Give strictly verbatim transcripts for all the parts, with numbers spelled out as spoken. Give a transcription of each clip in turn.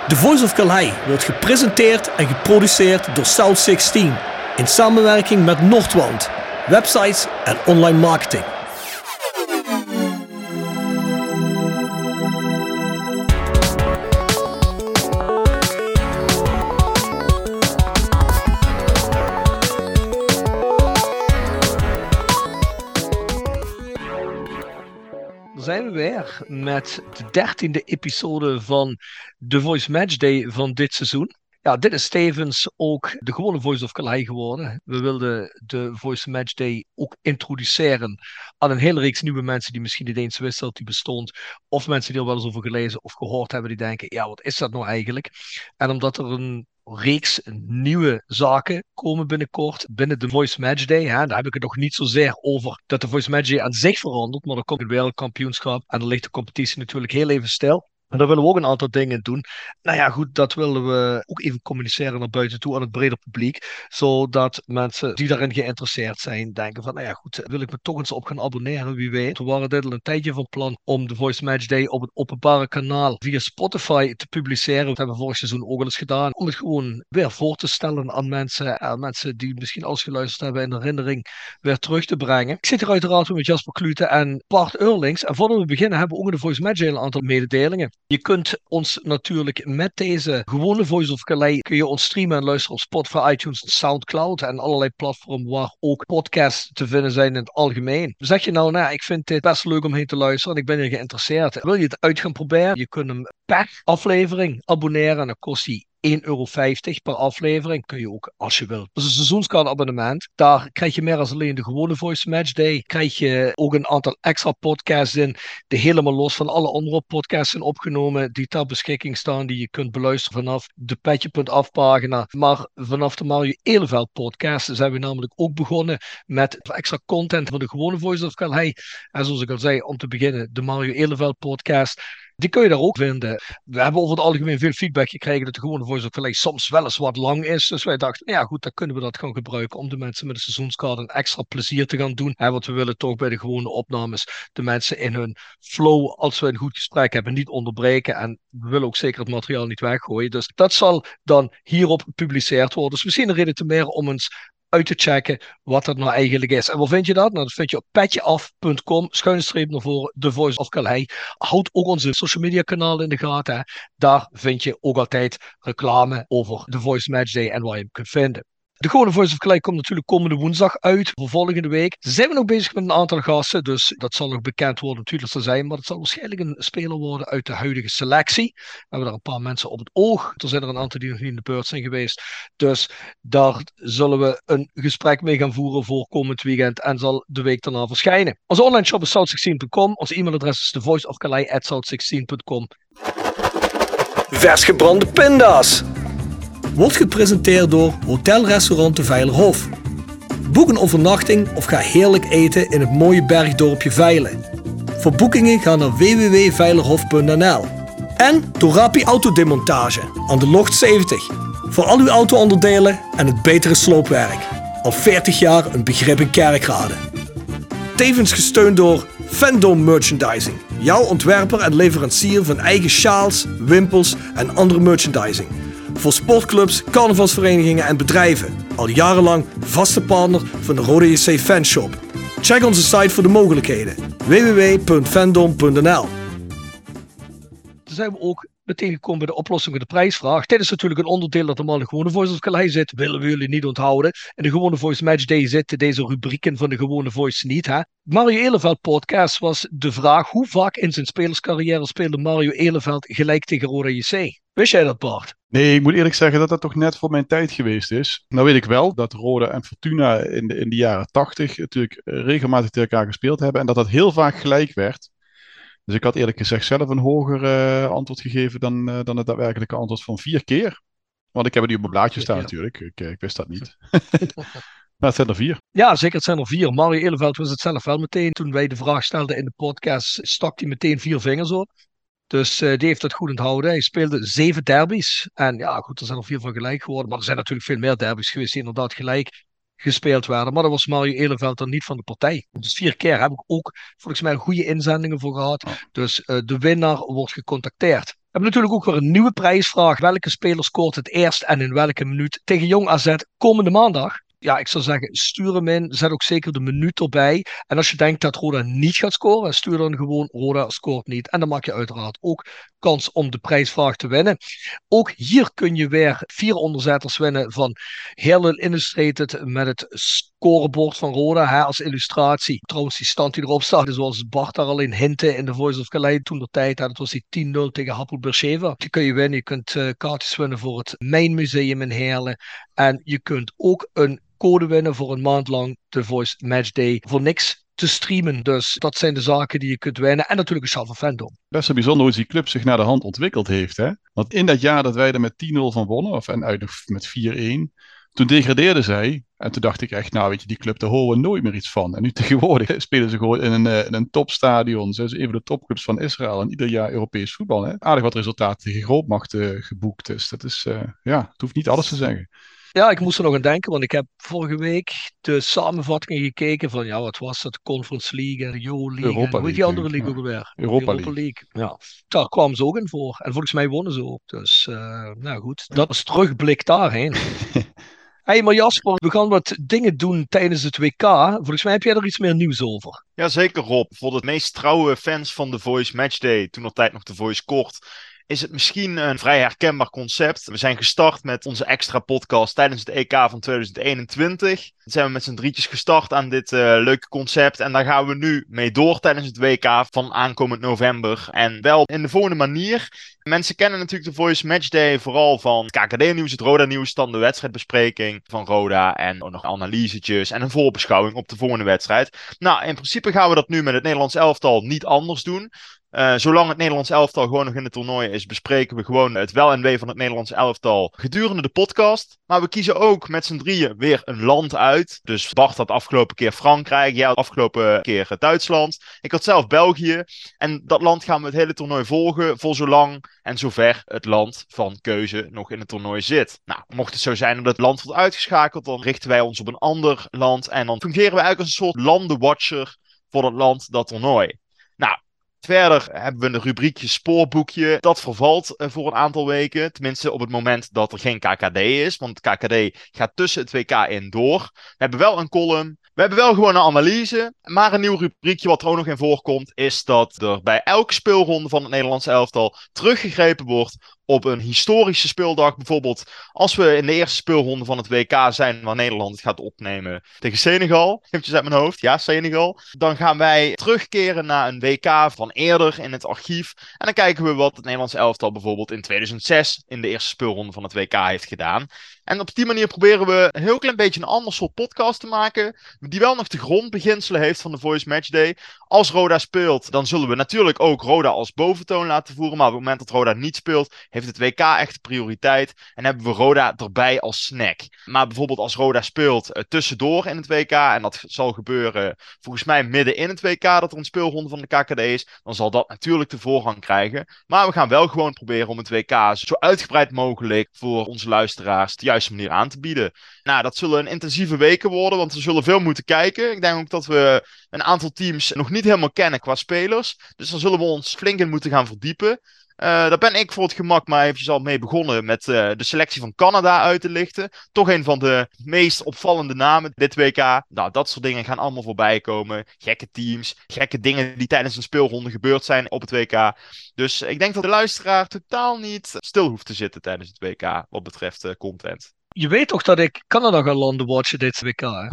The Voice of Calais wordt gepresenteerd en geproduceerd door South zestien in samenwerking met Noordwand, websites en online marketing. Zijn we weer met de dertiende episode van The Voice Matchday van dit seizoen. Ja, dit is tevens ook de gewone Voice of Calais geworden. We wilden de Voice Matchday ook introduceren aan een hele reeks nieuwe mensen die misschien niet eens wisten dat die bestond. Of mensen die er wel eens over gelezen of gehoord hebben die denken, ja, wat is dat nou eigenlijk? En omdat er een reeks nieuwe zaken komen binnenkort binnen de Voice Matchday. Hè. Daar heb ik het nog niet zozeer over dat de Voice Matchday aan zich verandert, maar er komt een wereldkampioenschap en dan ligt de competitie natuurlijk heel even stil. En daar willen we ook een aantal dingen doen. Nou ja, goed, dat willen we ook even communiceren naar buiten toe aan het breder publiek. Zodat mensen die daarin geïnteresseerd zijn denken van, nou ja, goed, wil ik me toch eens op gaan abonneren, wie weet. We waren dit al een tijdje van plan om de Voice Matchday op het openbare kanaal via Spotify te publiceren. Dat hebben we vorig seizoen ook al eens gedaan. Om het gewoon weer voor te stellen aan mensen. Aan mensen die misschien al eens geluisterd hebben in herinnering weer terug te brengen. Ik zit hier uiteraard met Jasper Klute en Bart Eurlings. En voordat we beginnen hebben we ook in de Voice Matchday een aantal mededelingen. Je kunt ons natuurlijk met deze gewone Voice of Calais kun je ons streamen en luisteren op Spotify, iTunes, Soundcloud en allerlei platformen waar ook podcasts te vinden zijn in het algemeen. Zeg je nou, nou ik vind dit best leuk om heen te luisteren en ik ben hier geïnteresseerd. Wil je het uit gaan proberen? Je kunt hem per aflevering abonneren en dan kost hij één euro vijftig per aflevering. Kun je ook als je wilt. Dat is een seizoenskaartabonnement. Daar krijg je meer dan alleen de gewone Voice Matchday. Krijg je ook een aantal extra podcasts in. Die helemaal los van alle andere podcasts zijn opgenomen. Die ter beschikking staan. Die je kunt beluisteren vanaf de petje punt af pagina. Maar vanaf de Mario Eleveld podcast zijn we namelijk ook begonnen met extra content van de gewone Voice of Calais. En zoals ik al zei, om te beginnen de Mario Eleveld podcast. Die kun je daar ook vinden. We hebben over het algemeen veel feedback gekregen dat de gewone Voice of Calais soms wel eens wat lang is. Dus wij dachten, nou ja goed, dan kunnen we dat gaan gebruiken om de mensen met een seizoenskaart een extra plezier te gaan doen. Want we willen toch bij de gewone opnames de mensen in hun flow, als we een goed gesprek hebben, niet onderbreken. En we willen ook zeker het materiaal niet weggooien. Dus dat zal dan hierop gepubliceerd worden. Dus misschien een reden te meer om eens uit te checken wat dat nou eigenlijk is. En waar vind je dat? Nou, dat vind je op petjeaf punt com, schuine streep naar voren, The Voice of Calais. Houd ook onze social media kanalen in de gaten. Hè. Daar vind je ook altijd reclame over The Voice Matchday en waar je hem kunt vinden. De gewone Voice of Calais komt natuurlijk komende woensdag uit voor volgende week. Zijn we nog bezig met een aantal gasten, dus dat zal nog bekend worden natuurlijk zal zijn, maar het zal waarschijnlijk een speler worden uit de huidige selectie. We hebben daar een paar mensen op het oog. Er zijn er een aantal die nog niet in de beurt zijn geweest. Dus daar zullen we een gesprek mee gaan voeren voor komend weekend en zal de week daarna verschijnen. Onze online shop is south zestien punt com. Onze e-mailadres is the voice of calais at south zestien punt com. Vers gebrande pinda's. Wordt gepresenteerd door Hotel-Restaurant de Veilerhof. Boek een overnachting of ga heerlijk eten in het mooie bergdorpje Veilen. Voor boekingen ga naar w w w punt veilerhof punt n l. En door Rapi Autodemontage aan de Locht zeventig. Voor al uw auto-onderdelen en het betere sloopwerk. Al veertig jaar een begrip in Kerkrade. Tevens gesteund door Fandom Merchandising. Jouw ontwerper en leverancier van eigen sjaals, wimpels en andere merchandising. Voor sportclubs, carnavalsverenigingen en bedrijven. Al jarenlang vaste partner van de Rode J C Fanshop. Check onze site voor de mogelijkheden. w w w punt fandom punt n l. Dan zijn we ook meteen gekomen bij de oplossing van de prijsvraag. Dit is natuurlijk een onderdeel dat normaal in de gewone Voice of Calais zit. Willen we jullie niet onthouden. In de gewone Voice Matchday zitten deze rubrieken van de gewone Voice niet. Hè? Mario Eleveld podcast was de vraag hoe vaak in zijn spelerscarrière speelde Mario Eleveld gelijk tegen Roda J C. Wist jij dat, Bart? Nee, ik moet eerlijk zeggen dat dat toch net voor mijn tijd geweest is. Nou weet ik wel dat Roda en Fortuna in de, in de jaren tachtig natuurlijk regelmatig tegen elkaar gespeeld hebben. En dat dat heel vaak gelijk werd. Dus ik had eerlijk gezegd zelf een hoger uh, antwoord gegeven dan, uh, dan het daadwerkelijke antwoord van vier keer. Want ik heb het nu op mijn blaadje staan natuurlijk. Ik, ik wist dat niet. Maar het zijn er vier. Ja, zeker, het zijn er vier. Mario Eleveld was het zelf wel meteen. Toen wij de vraag stelden in de podcast, stak hij meteen vier vingers op. Dus uh, die heeft dat goed onthouden. Hij speelde zeven derbies. En ja, goed, er zijn er vier van gelijk geworden. Maar er zijn natuurlijk veel meer derbies geweest die inderdaad gelijk gespeeld werden. Maar daar was Mario Eleveld dan niet van de partij. Dus vier keer heb ik ook volgens mij goede inzendingen voor gehad. Dus uh, de winnaar wordt gecontacteerd. hebben natuurlijk ook weer een nieuwe prijsvraag. Welke speler scoort het eerst en in welke minuut tegen Jong A Z komende maandag? Ja, ik zou zeggen, stuur hem in. Zet ook zeker de minuut erbij. En als je denkt dat Roda niet gaat scoren, stuur dan gewoon Roda scoort niet. En dan maak je uiteraard ook kans om de prijsvraag te winnen. Ook hier kun je weer vier onderzetters winnen van Herlel Illustrated met het scorebord van Roda hè, als illustratie. Trouwens, die stand die erop staat, zoals Bart daar al in hintte in de Voice of Calais toen de tijd. Hè, dat was die tien nul tegen Hapoel Beersheva. Die kun je winnen. Je kunt uh, kaartjes winnen voor het Mijnmuseum in Heerlen. En je kunt ook een code winnen voor een maand lang de Voice Matchday voor niks te streamen. Dus dat zijn de zaken die je kunt winnen. En natuurlijk een Schaal van Fandom. Best wel bijzonder hoe die club zich naar de hand ontwikkeld heeft. Hè? Want in dat jaar dat wij er met tien nul van wonnen, of en uit met vier-een, toen degradeerden zij. En toen dacht ik echt, nou weet je, die club, daar horen we nooit meer iets van. En nu tegenwoordig spelen ze gewoon in een, in een topstadion. Ze zijn een van de topclubs van Israël. En ieder jaar Europees voetbal. Hè? Aardig wat resultaten tegen grootmachten geboekt. Dus dat is, uh, ja, het hoeft niet alles te zeggen. Ja, ik moest er nog aan denken, want ik heb vorige week de samenvattingen gekeken van, ja, wat was dat? Conference League en de Euro-League. Europa en hoe heet die andere league ook alweer? Europa, Europa League. League. Ja, daar kwamen ze ook in voor. En volgens mij wonnen ze ook. Dus, uh, nou goed, dat is terugblik daarheen. Hé, hey, maar Jasper, we gaan wat dingen doen tijdens het W K. Volgens mij heb jij er iets meer nieuws over. Jazeker, Rob. Voor de meest trouwe fans van The Voice Matchday, toen nog tijd nog The Voice kort, is het misschien een vrij herkenbaar concept. We zijn gestart met onze extra podcast tijdens het E K van tweeduizend eenentwintig. Dan zijn we met z'n drietjes gestart aan dit uh, leuke concept. En daar gaan we nu mee door tijdens het W K van aankomend november. En wel in de volgende manier. Mensen kennen natuurlijk de Voice Matchday vooral van K K D-nieuws, het Roda-nieuws, dan de wedstrijdbespreking van Roda en ook nog analysetjes en een voorbeschouwing op de volgende wedstrijd. Nou, in principe gaan we dat nu met het Nederlands elftal niet anders doen. Uh, zolang het Nederlands elftal gewoon nog in het toernooi is, bespreken we gewoon het wel en wee van het Nederlands elftal gedurende de podcast. Maar we kiezen ook met z'n drieën weer een land uit. Dus Bart had afgelopen keer Frankrijk, jij had afgelopen keer Duitsland. Ik had zelf België. En dat land gaan we het hele toernooi volgen, voor zolang en zover het land van keuze nog in het toernooi zit. Nou, mocht het zo zijn dat het land wordt uitgeschakeld, dan richten wij ons op een ander land. En dan fungeren we eigenlijk als een soort landenwatcher voor dat land, dat toernooi. Nou, verder hebben we een rubriekje spoorboekje. Dat vervalt uh, voor een aantal weken. Tenminste op het moment dat er geen K K D is. Want het K K D gaat tussen het W K in door. We hebben wel een column. We hebben wel gewoon een analyse. Maar een nieuw rubriekje wat er ook nog in voorkomt, is dat er bij elke speelronde van het Nederlands elftal teruggegrepen wordt op een historische speeldag. Bijvoorbeeld als we in de eerste speelronde van het W K zijn, waar Nederland het gaat opnemen tegen Senegal. Eventjes uit mijn hoofd. Ja, Senegal. Dan gaan wij terugkeren naar een W K van eerder in het archief. En dan kijken we wat het Nederlands elftal bijvoorbeeld in tweeduizend zes in de eerste speelronde van het W K heeft gedaan. En op die manier proberen we een heel klein beetje een ander soort podcast te maken, die wel nog de grondbeginselen heeft van de Voice Matchday. Als Roda speelt, dan zullen we natuurlijk ook Roda als boventoon laten voeren. Maar op het moment dat Roda niet speelt, heeft het W K echt prioriteit. En hebben we Roda erbij als snack. Maar bijvoorbeeld als Roda speelt uh, tussendoor in het W K, en dat zal gebeuren volgens mij midden in het W K, dat er een speelronde van de K K D is, dan zal dat natuurlijk de voorrang krijgen. Maar we gaan wel gewoon proberen om het W K zo uitgebreid mogelijk voor onze luisteraars de juiste manier aan te bieden. Nou, dat zullen een intensieve weken worden, want we zullen veel moeten kijken. Ik denk ook dat we een aantal teams nog niet helemaal kennen qua spelers. Dus daar zullen we ons flink in moeten gaan verdiepen. Uh, daar ben ik voor het gemak maar eventjes al mee begonnen met uh, de selectie van Canada uit te lichten. Toch een van de meest opvallende namen dit W K. Nou, dat soort dingen gaan allemaal voorbij komen. Gekke teams, gekke dingen die tijdens een speelronde gebeurd zijn op het W K. Dus ik denk dat de luisteraar totaal niet stil hoeft te zitten tijdens het W K wat betreft uh, content. Je weet toch dat ik Canada ga landen watchen dit W K, hè?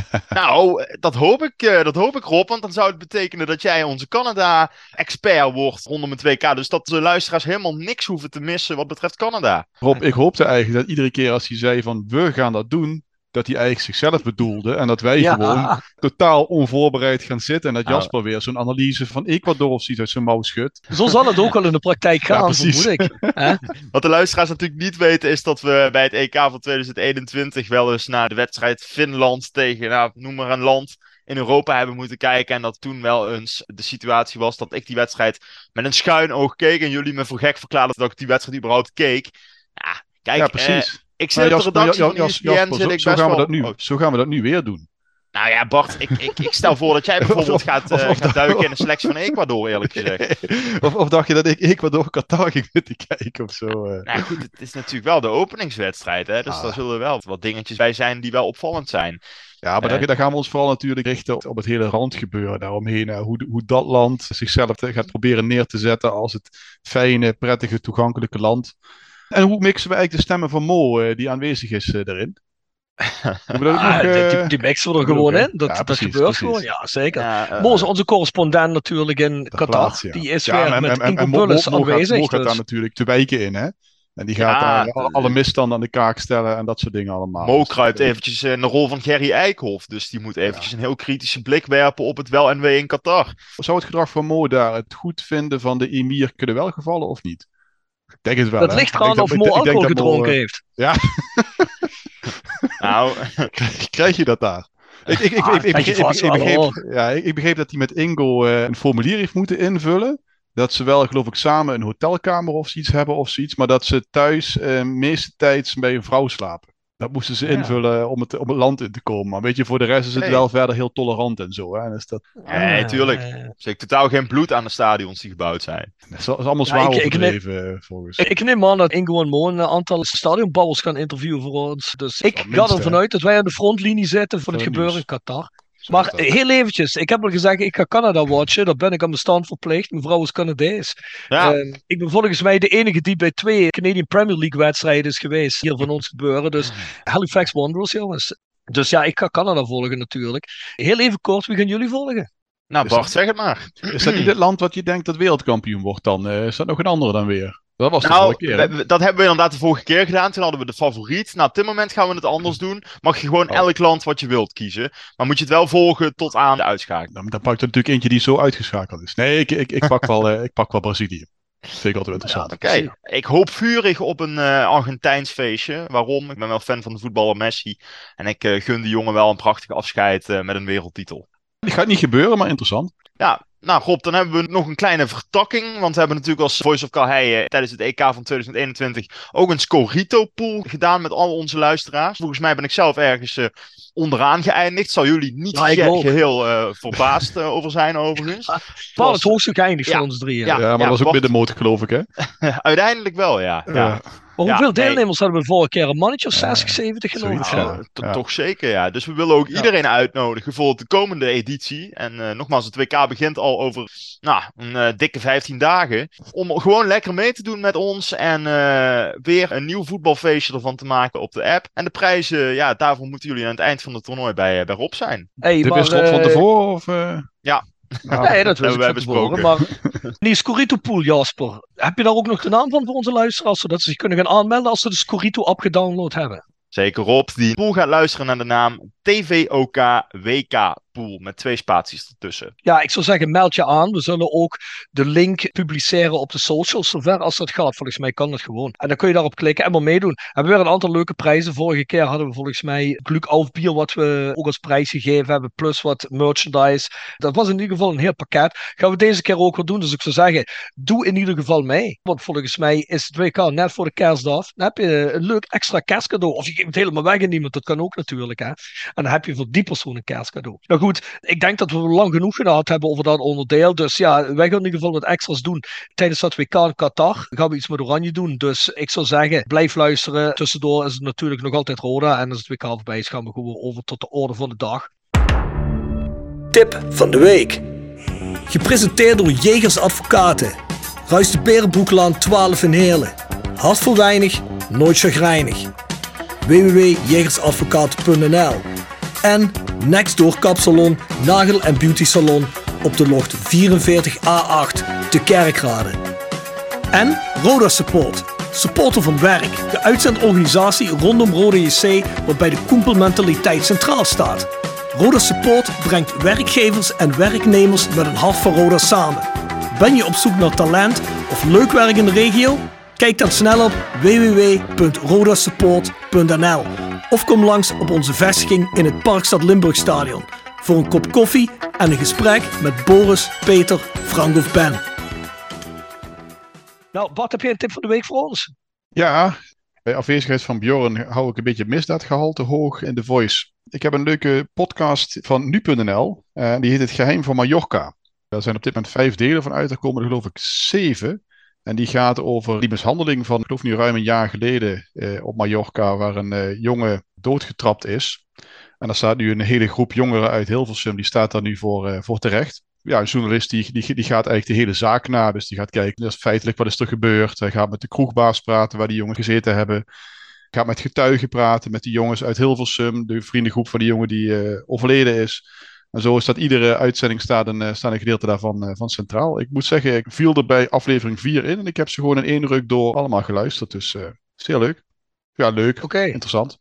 Nou, dat hoop, ik, uh, dat hoop ik, Rob. Want dan zou het betekenen dat jij onze Canada-expert wordt rondom het W K. Dus dat de luisteraars helemaal niks hoeven te missen wat betreft Canada. Rob, ik hoopte eigenlijk dat iedere keer als hij zei van we gaan dat doen, dat hij eigenlijk zichzelf bedoelde. En dat wij ja. gewoon totaal onvoorbereid gaan zitten. En dat Jasper weer zo'n analyse van Ecuador of ziet uit zijn mouw schudt. Zo zal het ook wel in de praktijk gaan, ja, vermoed ik. Hè? Wat de luisteraars natuurlijk niet weten is dat we bij het E K van tweeduizend eenentwintig wel eens naar de wedstrijd Finland tegen, nou, noem maar een land in Europa hebben moeten kijken. En dat toen wel eens de situatie was dat ik die wedstrijd met een schuin oog keek. En jullie me voor gek verklaarden dat ik die wedstrijd überhaupt keek. Ja, kijk, ja, precies. Eh, Ik zit nou, op de redactie Jas, van E S P N, Jasper, zit zo, ik zo, best gaan wel... we dat nu, oh. zo gaan we dat nu weer doen. Nou ja, Bart, ik, ik, ik stel voor dat jij bijvoorbeeld gaat, uh, gaat duiken in de selectie van Ecuador, eerlijk gezegd. of, of dacht je dat ik Ecuador Qatar ging zitten kijken of zo? Uh. Nou goed, het is natuurlijk wel de openingswedstrijd, hè? Dus ah. daar zullen wel wat dingetjes bij zijn die wel opvallend zijn. Ja, maar uh, daar, daar gaan we ons vooral natuurlijk richten op, op het hele randgebeuren daaromheen. Uh, hoe, hoe dat land zichzelf gaat proberen neer te zetten als het fijne, prettige, toegankelijke land. En hoe mixen we eigenlijk de stemmen van Mo uh, die aanwezig is uh, daarin? Ah, nog, uh... die, die mixen we er gewoon in. Dat, ja, dat precies, gebeurt precies. gewoon, ja zeker. Ja, uh, Mo is onze correspondent natuurlijk in Qatar. Plaats, ja. Die is ja, weer en, met Ingo Bullis aanwezig. Mo gaat, Mo gaat daar natuurlijk te wijken in, hè? En die gaat ja, daar alle, alle misstanden aan de kaak stellen en dat soort dingen allemaal. Mo kruipt eventjes in de rol van Gerry Eikhoff. Dus die moet eventjes ja. een heel kritische blik werpen op het wel en wee in Qatar. Zou het gedrag van Mo daar het goed vinden van de emir kunnen wel gevallen of niet? Ik denk het wel. Dat hè? ligt eraan of Mo alcohol gedronken Mo, heeft. Ja. Nou, krijg je dat daar? Ik, ik, ik, ik, ik, ik, begreep, ik, ik, begreep, ja, ik, ik begreep dat hij met Ingo uh, een formulier heeft moeten invullen. Dat ze wel, geloof ik, samen een hotelkamer of zoiets hebben of zoiets. Maar dat ze thuis uh, meeste tijd bij een vrouw slapen. Dat moesten ze invullen ja. om, het, om het land in te komen. Maar weet je, voor de rest is het hey. wel verder heel tolerant en zo. Hè? Dus dat... Nee, tuurlijk. Er is totaal geen bloed aan de stadions die gebouwd zijn. Dat is, is allemaal zwaar ja, ik, overdreven, ik neem, volgens. Ik neem aan dat Ingo en Mo een aantal stadionbabbels gaan interviewen voor ons. Dus ik ga ervan uit dat wij aan de frontlinie zitten voor het gebeuren in Qatar. Maar heel eventjes, ik heb al gezegd, ik ga Canada watchen. Daar ben ik aan mijn stand verplicht. Mijn vrouw is Canadees. Ja. Uh, ik ben volgens mij de enige die bij twee Canadian Premier League wedstrijden is geweest. Hier van ons gebeuren. Dus Halifax Wanderers, jongens. Dus ja, ik ga Canada volgen natuurlijk. Heel even kort, wie gaan jullie volgen? Nou Bart, zeg het maar. Is dat niet het land wat je denkt dat wereldkampioen wordt dan? Uh, is dat nog een andere dan weer? Dat was de nou, vorige keer. We, dat hebben we inderdaad de vorige keer gedaan. Toen hadden we de favoriet. Nou, op dit moment gaan we het anders doen. Mag je gewoon oh. elk land wat je wilt kiezen. Maar moet je het wel volgen tot aan de uitschakeling. Dan, dan pak je natuurlijk eentje die zo uitgeschakeld is. Nee, ik, ik, ik, pak, wel, uh, ik pak wel Brazilië. Dat vind ik altijd interessant. Ja, Oké, okay. Ik hoop vurig op een uh, Argentijns feestje. Waarom? Ik ben wel fan van de voetballer Messi. En ik uh, gun die jongen wel een prachtige afscheid uh, met een wereldtitel. Die gaat niet gebeuren, maar interessant. Ja. Nou Rob, dan hebben we nog een kleine vertakking. Want we hebben natuurlijk als Voice of Calhei tijdens het E K van twintig eenentwintig ook een Scorito-pool gedaan met al onze luisteraars. Volgens mij ben ik zelf ergens uh, onderaan geëindigd. Zal jullie niet ja, ge- geheel uh, verbaasd uh, over zijn overigens. Ja, Paul, het hoogste geëindigd ja, voor ons drieën. Ja, ja, maar ja, dat was ook middenmoot geloof ik hè? Uiteindelijk wel, ja. ja. ja. Maar hoeveel ja, deelnemers nee. hadden we vorige keer? Een mannetje of zestig, zeventig genomen? Ja, ja. Toch zeker, ja. Dus we willen ook ja. iedereen uitnodigen voor de komende editie. En uh, nogmaals, het W K begint al over nou, een uh, dikke vijftien dagen. Om gewoon lekker mee te doen met ons. En uh, weer een nieuw voetbalfeestje ervan te maken op de app. En de prijzen, ja, daarvoor moeten jullie aan het eind van het toernooi bij, uh, bij Rob zijn. Hey, Dit wist Rob uh, van tevoren? Of, uh... Ja. Nou, nee, dat hebben wij besproken. Maar die Scorito-pool, Jasper. Heb je daar ook nog de naam van voor onze luisteraars? Zodat ze zich kunnen gaan aanmelden als ze de Scorito-app gedownload hebben. Zeker Rob, die pool gaat luisteren naar de naam T V O K W K Pool met twee spaties ertussen. Ja, ik zou zeggen, meld je aan. We zullen ook de link publiceren op de socials, zover als dat gaat. Volgens mij kan dat gewoon. En dan kun je daarop klikken en maar meedoen. We hebben weer een aantal leuke prijzen. Vorige keer hadden we volgens mij Glück auf Bier, wat we ook als prijs gegeven hebben, plus wat merchandise. Dat was in ieder geval een heel pakket. Gaan we deze keer ook weer doen. Dus ik zou zeggen, doe in ieder geval mee. Want volgens mij is het W K net voor de kerstdag. Dan heb je een leuk extra kerstcadeau. Of je geeft het helemaal weg aan iemand. Dat kan ook natuurlijk. Hè? En dan heb je voor die persoon een kerstcadeau. Nou goed, ik denk dat we lang genoeg gehad hebben over dat onderdeel. Dus ja, wij gaan in ieder geval wat extra's doen. Tijdens dat W K in Qatar gaan we iets met Oranje doen. Dus ik zou zeggen, blijf luisteren. Tussendoor is het natuurlijk nog altijd Roda. En als het W K voorbij is, gaan we gewoon over tot de orde van de dag. Tip van de week. Gepresenteerd door Jegers Advocaten. Ruist de Berenbroeklaan twaalf in Heerlen. Hart voor weinig, nooit chagrijnig. w w w punt jegersadvocaten punt n l En Nextdoor Kapsalon, Nagel en Beauty Salon op de locht vierenveertig A acht te Kerkrade. En Roda Support, supporter van werk, de uitzendorganisatie rondom Roda J C waarbij de koempelmentaliteit centraal staat. Roda Support brengt werkgevers en werknemers met een hart voor Roda samen. Ben je op zoek naar talent of leuk werk in de regio? Kijk dan snel op w w w punt roda support punt n l of kom langs op onze vestiging in het Parkstad Limburgstadion voor een kop koffie en een gesprek met Boris, Peter, Frank of Ben. Nou, Bart, heb jij een tip van de week voor ons? Ja, Bij afwezigheid van Bjorn hou ik een beetje misdaadgehalte hoog in The Voice. Ik heb een leuke podcast van nu punt n l. Uh, die heet Het Geheim van Mallorca. Daar zijn op dit moment vijf delen van uitgekomen, er geloof ik zeven. En die gaat over die mishandeling van, ik geloof nu ruim een jaar geleden uh, op Mallorca, waar een uh, jongen doodgetrapt is. En daar staat nu een hele groep jongeren uit Hilversum, die staat daar nu voor, uh, voor terecht. Ja, een journalist die, die, die gaat eigenlijk de hele zaak na. Dus die gaat kijken, dus feitelijk wat is er gebeurd. Hij gaat met de kroegbaas praten waar die jongens gezeten hebben. Gaat met getuigen praten, met die jongens uit Hilversum. De vriendengroep van die jongen die uh, overleden is. En zo is dat iedere uitzending staat een, uh, staat een gedeelte daarvan uh, van centraal. Ik moet zeggen, ik viel er bij aflevering vier in. En ik heb ze gewoon in één ruk door allemaal geluisterd. Dus uh, is heel leuk. Ja, leuk. Okay. Interessant.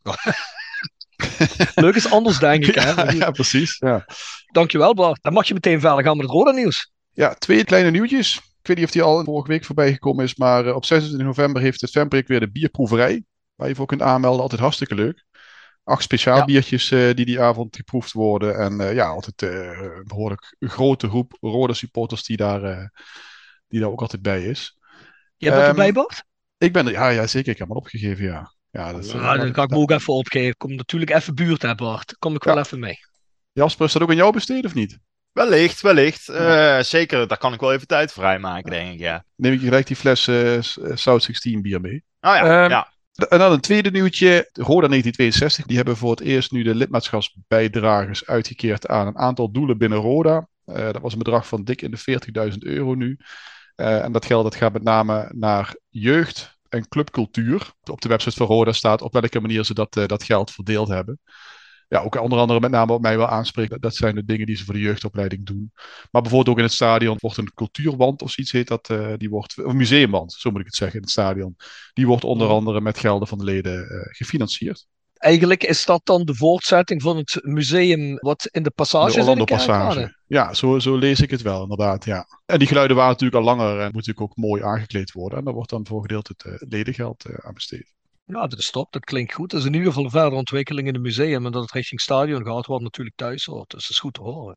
Leuk is anders, denk ik. Hè? Ja, ja, precies. Ja. Dankjewel, Bart. Dan mag je meteen verder gaan met het Roda nieuws. Ja, twee kleine nieuwtjes. Ik weet niet of die al vorige week voorbij gekomen is, maar uh, op zesentwintig november heeft het Vembreek weer de bierproeverij. Waar je voor kunt aanmelden. Altijd hartstikke leuk. Acht speciaal ja. biertjes uh, die die avond geproefd worden. En uh, ja, altijd uh, een behoorlijk grote groep Roda supporters die daar, uh, die daar ook altijd bij is. Jij bent um, erbij, Bart? Ik ben er, ja, ja, zeker. Ik heb hem opgegeven, ja. Ja, dat, ja, uh, dan kan ik me ook even opgeven. Kom natuurlijk even buurt, hè, Bart. Kom ik ja. wel even mee. Jasper, is dat ook aan jou besteed of niet? Wellicht, wellicht. Uh, zeker, daar kan ik wel even tijd vrijmaken, denk ik, ja. Neem ik je gelijk die fles uh, South zestien bier mee. Oh ja, um, ja. En dan een tweede nieuwtje. Roda negentien tweeënzestig. Die hebben voor het eerst nu de lidmaatschapsbijdragers uitgekeerd aan een aantal doelen binnen Roda. Uh, dat was een bedrag van dik in de veertigduizend euro nu. Uh, en dat geld dat gaat met name naar jeugd en clubcultuur. Op de website van Roda staat op welke manier ze dat, uh, dat geld verdeeld hebben. Ja, ook onder andere met name op mij wel aanspreken. Dat zijn de dingen die ze voor de jeugdopleiding doen. Maar bijvoorbeeld ook in het stadion wordt een cultuurwand of zoiets heet dat. Uh, die wordt, of museumwand, zo moet ik het zeggen, in het stadion. Die wordt onder andere met gelden van de leden uh, gefinancierd. Eigenlijk is dat dan de voortzetting van het museum wat in de passage de Orlando Passage. Ja, zo, zo lees ik het wel inderdaad, ja. En die geluiden waren natuurlijk al langer en moeten natuurlijk ook mooi aangekleed worden. En daar wordt dan voor gedeelte het uh, ledengeld uh, aan besteed. Ja, dat is top. Dat klinkt goed. Dat is in ieder geval een verdere ontwikkeling in het museum. En dat het richting stadion gaat, wat natuurlijk thuis hoort. Dus dat is goed te horen.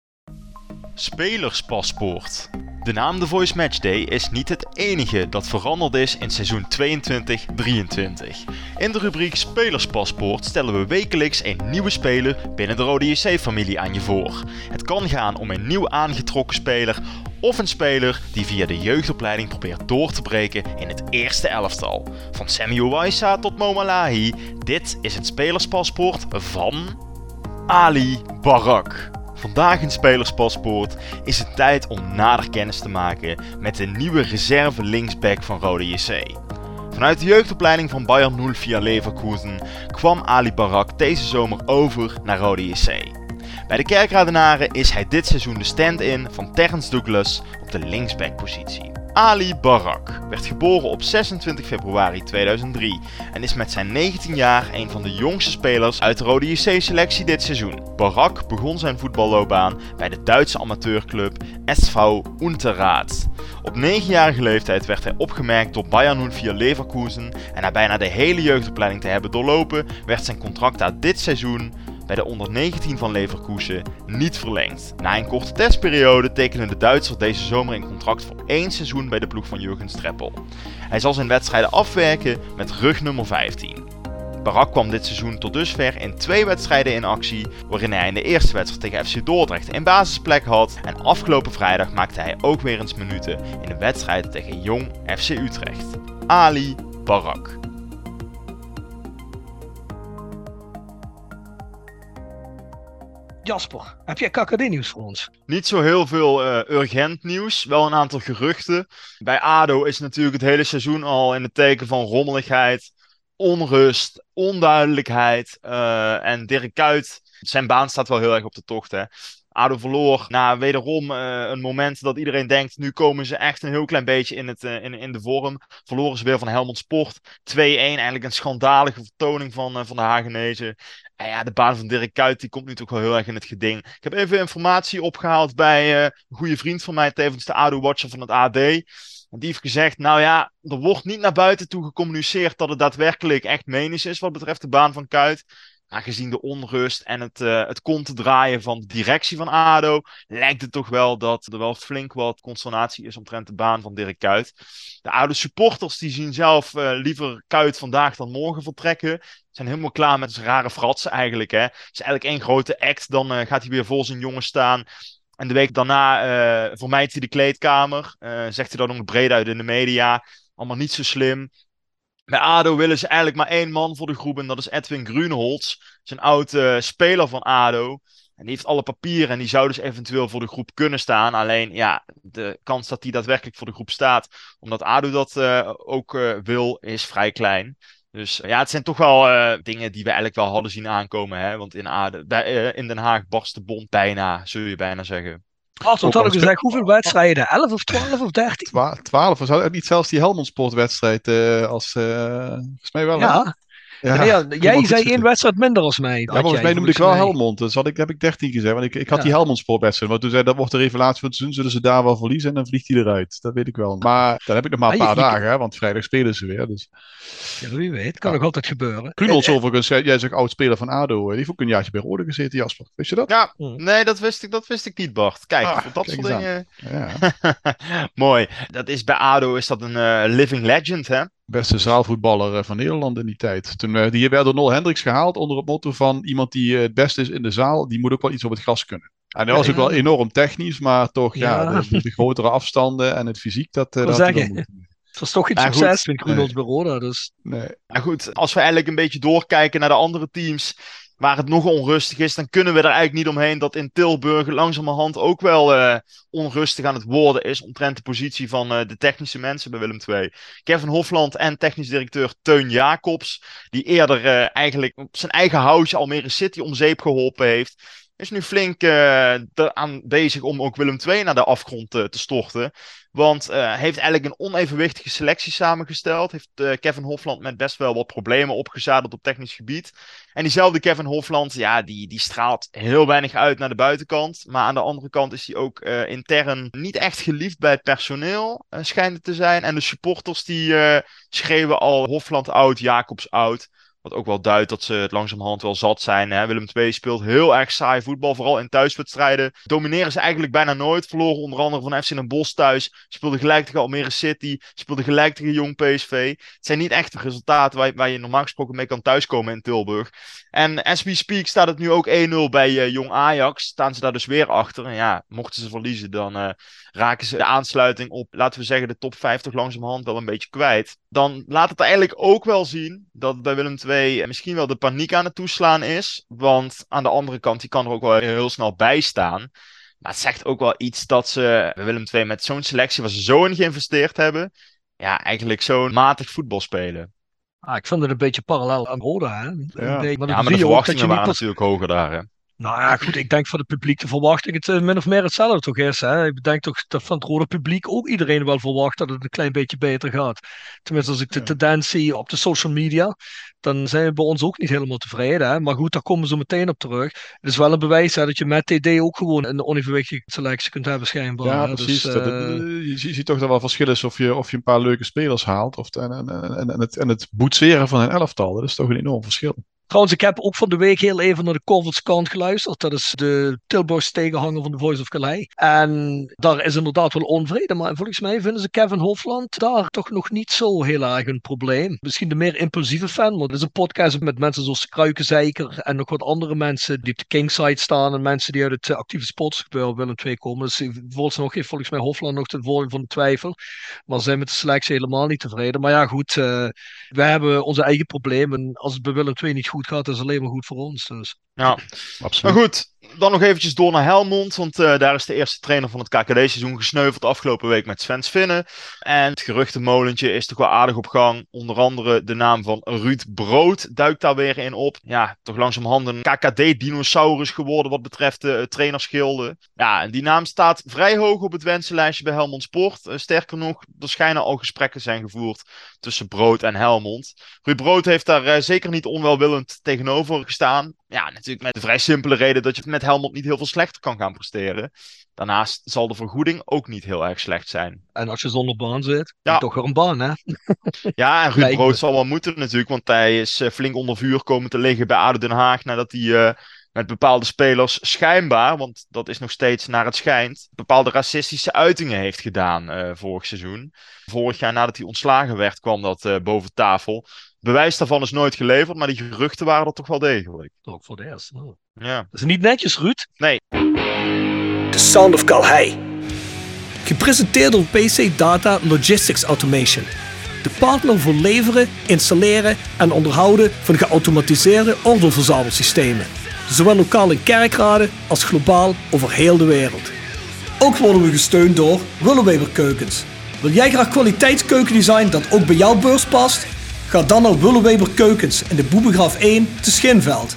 Spelerspaspoort. De naam The Voice Matchday is niet het enige dat veranderd is in seizoen tweeëntwintig drieëntwintig. In de rubriek Spelerspaspoort stellen we wekelijks een nieuwe speler binnen de Roda J C-familie aan je voor. Het kan gaan om een nieuw aangetrokken speler of een speler die via de jeugdopleiding probeert door te breken in het eerste elftal. Van Sammy Owaisa tot Mo Malahi, dit is het spelerspaspoort van Ali Barak. Vandaag in Spelerspaspoort is het tijd om nader kennis te maken met de nieuwe reserve linksback van Roda J C. Vanuit de jeugdopleiding van Bayern nul vier Leverkusen kwam Ali Barak deze zomer over naar Roda J C. Bij de Kerkradenaren is hij dit seizoen de stand-in van Terrence Douglas op de linksbackpositie. Ali Barak werd geboren op zesentwintig februari tweeduizend drie en is met zijn negentien jaar een van de jongste spelers uit de Roda J C-selectie dit seizoen. Barak begon zijn voetballoopbaan bij de Duitse amateurclub S V Unterrath. Op negenjarige leeftijd werd hij opgemerkt door Bayern nul vier Leverkusen en na bijna de hele jeugdopleiding te hebben doorlopen werd zijn contract na dit seizoen bij de onder negentien van Leverkusen niet verlengd. Na een korte testperiode tekende de Duitser deze zomer een contract voor één seizoen bij de ploeg van Jurgen Streppel. Hij zal zijn wedstrijden afwerken met rug nummer vijftien. Barak kwam dit seizoen tot dusver in twee wedstrijden in actie, waarin hij in de eerste wedstrijd tegen F C Dordrecht een basisplek had en afgelopen vrijdag maakte hij ook weer eens minuten in de wedstrijd tegen Jong F C Utrecht. Ali Barak. Jasper, heb jij K K D-nieuws voor ons? Niet zo heel veel uh, urgent nieuws, wel een aantal geruchten. Bij A D O is natuurlijk het hele seizoen al in het teken van rommeligheid, onrust, onduidelijkheid. Uh, en Dirk Kuyt, zijn baan staat wel heel erg op de tocht, hè. A D O verloor na wederom uh, een moment dat iedereen denkt, nu komen ze echt een heel klein beetje in, het, uh, in, in de vorm. Verloren ze weer van Helmond Sport. twee-een, eigenlijk een schandalige vertoning van, uh, van de Hagenezen. En ja, de baan van Dirk Kuyt die komt nu toch wel heel erg in het geding. Ik heb even informatie opgehaald bij uh, een goede vriend van mij, tevens de A D O-watcher van het A D. En die heeft gezegd, nou ja, er wordt niet naar buiten toe gecommuniceerd dat het daadwerkelijk echt menens is wat betreft de baan van Kuyt. aangezien de onrust en het, uh, het kont draaien van de directie van ADO, lijkt het toch wel dat er wel flink wat consternatie is omtrent de baan van Dirk Kuyt. De ADO supporters die zien zelf uh, liever Kuyt vandaag dan morgen vertrekken. Zijn helemaal klaar met zijn rare fratsen eigenlijk. Hè. Het is eigenlijk één grote act, dan uh, gaat hij weer voor zijn jongen staan. En de week daarna uh, vermijdt hij de kleedkamer. Uh, zegt hij dan nog breed uit in de media. Allemaal niet zo slim. Bij ADO willen ze eigenlijk maar één man voor de groep. En dat is Edwin Grunholz. Zijn oud uh, speler van ADO. En die heeft alle papieren. En die zou dus eventueel voor de groep kunnen staan. Alleen ja, de kans dat hij daadwerkelijk voor de groep staat. Omdat ADO dat uh, ook uh, wil, is vrij klein. Dus ja, het zijn toch wel uh, dingen die we eigenlijk wel hadden zien aankomen. Hè? Want in, ADO, bij, uh, in Den Haag barst de bond bijna, zul je bijna zeggen. Als wat had ik gezegd, hoeveel wedstrijden? elf of twaalf of dertien? twaalf, was ook niet zelfs die Helmond Sportwedstrijd uh, als, uh, volgens mij wel. Ja. Ja, ja, ja jij zei één wedstrijd minder als mij. Ja, volgens mij noemde ik wel Helmond. Dus had ik, heb ik dertien gezegd. Want ik, ik had ja. die Helmond Sportwedstrijd. Maar toen zei dat wordt de revelatie van het seizoen. Zullen ze daar wel verliezen en dan vliegt hij eruit. Dat weet ik wel. Maar dan heb ik nog maar een paar je, dagen. Je... Hè, want vrijdag spelen ze weer. Dus. Ja, wie weet. Kan ja. nog altijd gebeuren. Grunholz eh, overigens. Jij is ook oud-speler van ADO. Die heeft ook een jaartje bij Rode gezeten, Jasper. Wist je dat? Ja, hmm. nee, dat wist ik, dat wist ik niet, Bart. Kijk, ah, dat kijk soort dingen. Ja. Mooi. Dat is, bij ADO is dat een uh, living legend, hè? Beste zaalvoetballer van Nederland in die tijd. Toen, uh, die werd door Nol Hendricks gehaald onder het motto van iemand die uh, het beste is in de zaal, die moet ook wel iets op het gras kunnen. En dat was ook wel enorm technisch, maar toch ja, ja de, de grotere afstanden en het fysiek, dat, uh, dat zeggen. Het was toch geen ja, succes met Grunholz bij Roda. Dus. Nee. Nou goed, als we eigenlijk een beetje doorkijken naar de andere teams waar het nog onrustig is, dan kunnen we er eigenlijk niet omheen dat in Tilburg langzamerhand ook wel uh, onrustig aan het worden is omtrent de positie van uh, de technische mensen bij Willem twee. Kevin Hofland en technisch directeur Teun Jacobs, die eerder uh, eigenlijk op zijn eigen huisje Almere City om zeep geholpen heeft, is nu flink uh, aan bezig om ook Willem twee naar de afgrond uh, te storten. Want uh, heeft eigenlijk een onevenwichtige selectie samengesteld. Heeft uh, Kevin Hofland met best wel wat problemen opgezadeld op technisch gebied. En diezelfde Kevin Hofland, ja, die, die straalt heel weinig uit naar de buitenkant. Maar aan de andere kant is hij ook uh, intern niet echt geliefd bij het personeel, uh, schijnt het te zijn. En de supporters die uh, schreeuwen al Hofland oud, Jacobs oud. Wat ook wel duidt dat ze het langzamerhand wel zat zijn. Hè? Willem twee speelt heel erg saai voetbal. Vooral in thuiswedstrijden. Domineren ze eigenlijk bijna nooit. Verloren onder andere van F C Den Bosch thuis. Speelde gelijk tegen Almere City. Speelde gelijk tegen Jong P S V. Het zijn niet echt resultaten waar je, waar je normaal gesproken mee kan thuiskomen in Tilburg. En as we speak staat het nu ook één nul bij uh, Jong Ajax. Staan ze daar dus weer achter. En ja, mochten ze verliezen dan uh, raken ze de aansluiting op, laten we zeggen, de top vijftig langzamerhand wel een beetje kwijt. Dan laat het eigenlijk ook wel zien dat bij Willem twee misschien wel de paniek aan het toeslaan is. Want aan de andere kant, die kan er ook wel heel snel bij staan. Maar het zegt ook wel iets dat ze bij Willem twee met zo'n selectie waar ze zo in geïnvesteerd hebben, ja, eigenlijk zo'n matig voetbal spelen. Ah, ik vond het een beetje parallel aan Roda. Hè? Ja, beetje, maar, ja, maar de verwachtingen waren pas... natuurlijk hoger daar. Hè? Nou ja, goed, ik denk voor het publiek de verwachting het min of meer hetzelfde toch is. Hè? Ik denk toch dat van het rode publiek ook iedereen wel verwacht dat het een klein beetje beter gaat. Tenminste, als ik de ja. tendens zie op de social media, dan zijn we bij ons ook niet helemaal tevreden. Hè? Maar goed, daar komen we zo meteen op terug. Het is wel een bewijs hè, dat je met T D ook gewoon een onevenwichtige selectie kunt hebben schijnbaar. Ja, hè? precies. Dus, dat, uh... je ziet toch dat er wel verschil is of je, of je een paar leuke spelers haalt of, en, en, en, en, het, en het boetseren van een elftal. Dat is toch een enorm verschil. Trouwens, ik heb ook van de week heel even naar de Corvus Kant geluisterd. Dat is de Tilburgse tegenhanger van The Voice of Calais. En daar is inderdaad wel onvrede. Maar volgens mij vinden ze Kevin Hofland daar toch nog niet zo heel erg een probleem. Misschien de meer impulsieve fan. Maar het is een podcast met mensen zoals Kruikenzeiker en nog wat andere mensen die op de kingside staan. En mensen die uit het actieve sportsgebeuren Willem twee komen. Dus vooralsnog heeft volgens mij Hofland nog de voordeel van de twijfel. Maar ze zijn met de selectie helemaal niet tevreden. Maar ja, goed. Uh, wij hebben onze eigen problemen. Als het bij Willem twee niet goed gaat, is alleen maar goed voor ons. Dus. Ja, absoluut. Maar goed, dan nog eventjes door naar Helmond, want uh, daar is de eerste trainer van het K K D-seizoen gesneuveld afgelopen week met Sven Svinnen. En het geruchtenmolentje is toch wel aardig op gang. Onder andere de naam van Ruud Brood duikt daar weer in op. Ja, toch langzamerhand een K K D-dinosaurus geworden wat betreft de uh, trainersgilde. Ja, en die naam staat vrij hoog op het wensenlijstje bij Helmond Sport. Uh, sterker nog, er schijnen al gesprekken zijn gevoerd tussen Brood en Helmond. Ruud Brood heeft daar uh, zeker niet onwelwillend tegenover gestaan. Ja, natuurlijk met de vrij simpele reden dat je met Helmond niet heel veel slechter kan gaan presteren. Daarnaast zal de vergoeding ook niet heel erg slecht zijn. En als je zonder baan zit, heb Ja. je toch weer een baan, hè? Ja, en Ruud Lijkt me. Brood zal wel moeten natuurlijk, want hij is uh, flink onder vuur komen te liggen bij A D O Den Haag nadat hij uh, met bepaalde spelers schijnbaar, want dat is nog steeds naar het schijnt, bepaalde racistische uitingen heeft gedaan uh, vorig seizoen. Vorig jaar nadat hij ontslagen werd kwam dat uh, boven tafel. Bewijs daarvan is nooit geleverd, maar die geruchten waren er toch wel degelijk. Ook voor de eerste. Oh. Ja. Dat is niet netjes, Ruud. Nee. The Sound of Calhei. Gepresenteerd door P C Data Logistics Automation. De partner voor leveren, installeren en onderhouden van geautomatiseerde ordeelverzamelsystemen. Zowel lokaal in Kerkrade als globaal over heel de wereld. Ook worden we gesteund door Willeweber Keukens. Wil jij graag kwaliteitskeukendesign dat ook bij jouw beurs past? Ga dan naar Willeweber Keukens in de Boebegraaf één te Schinveld.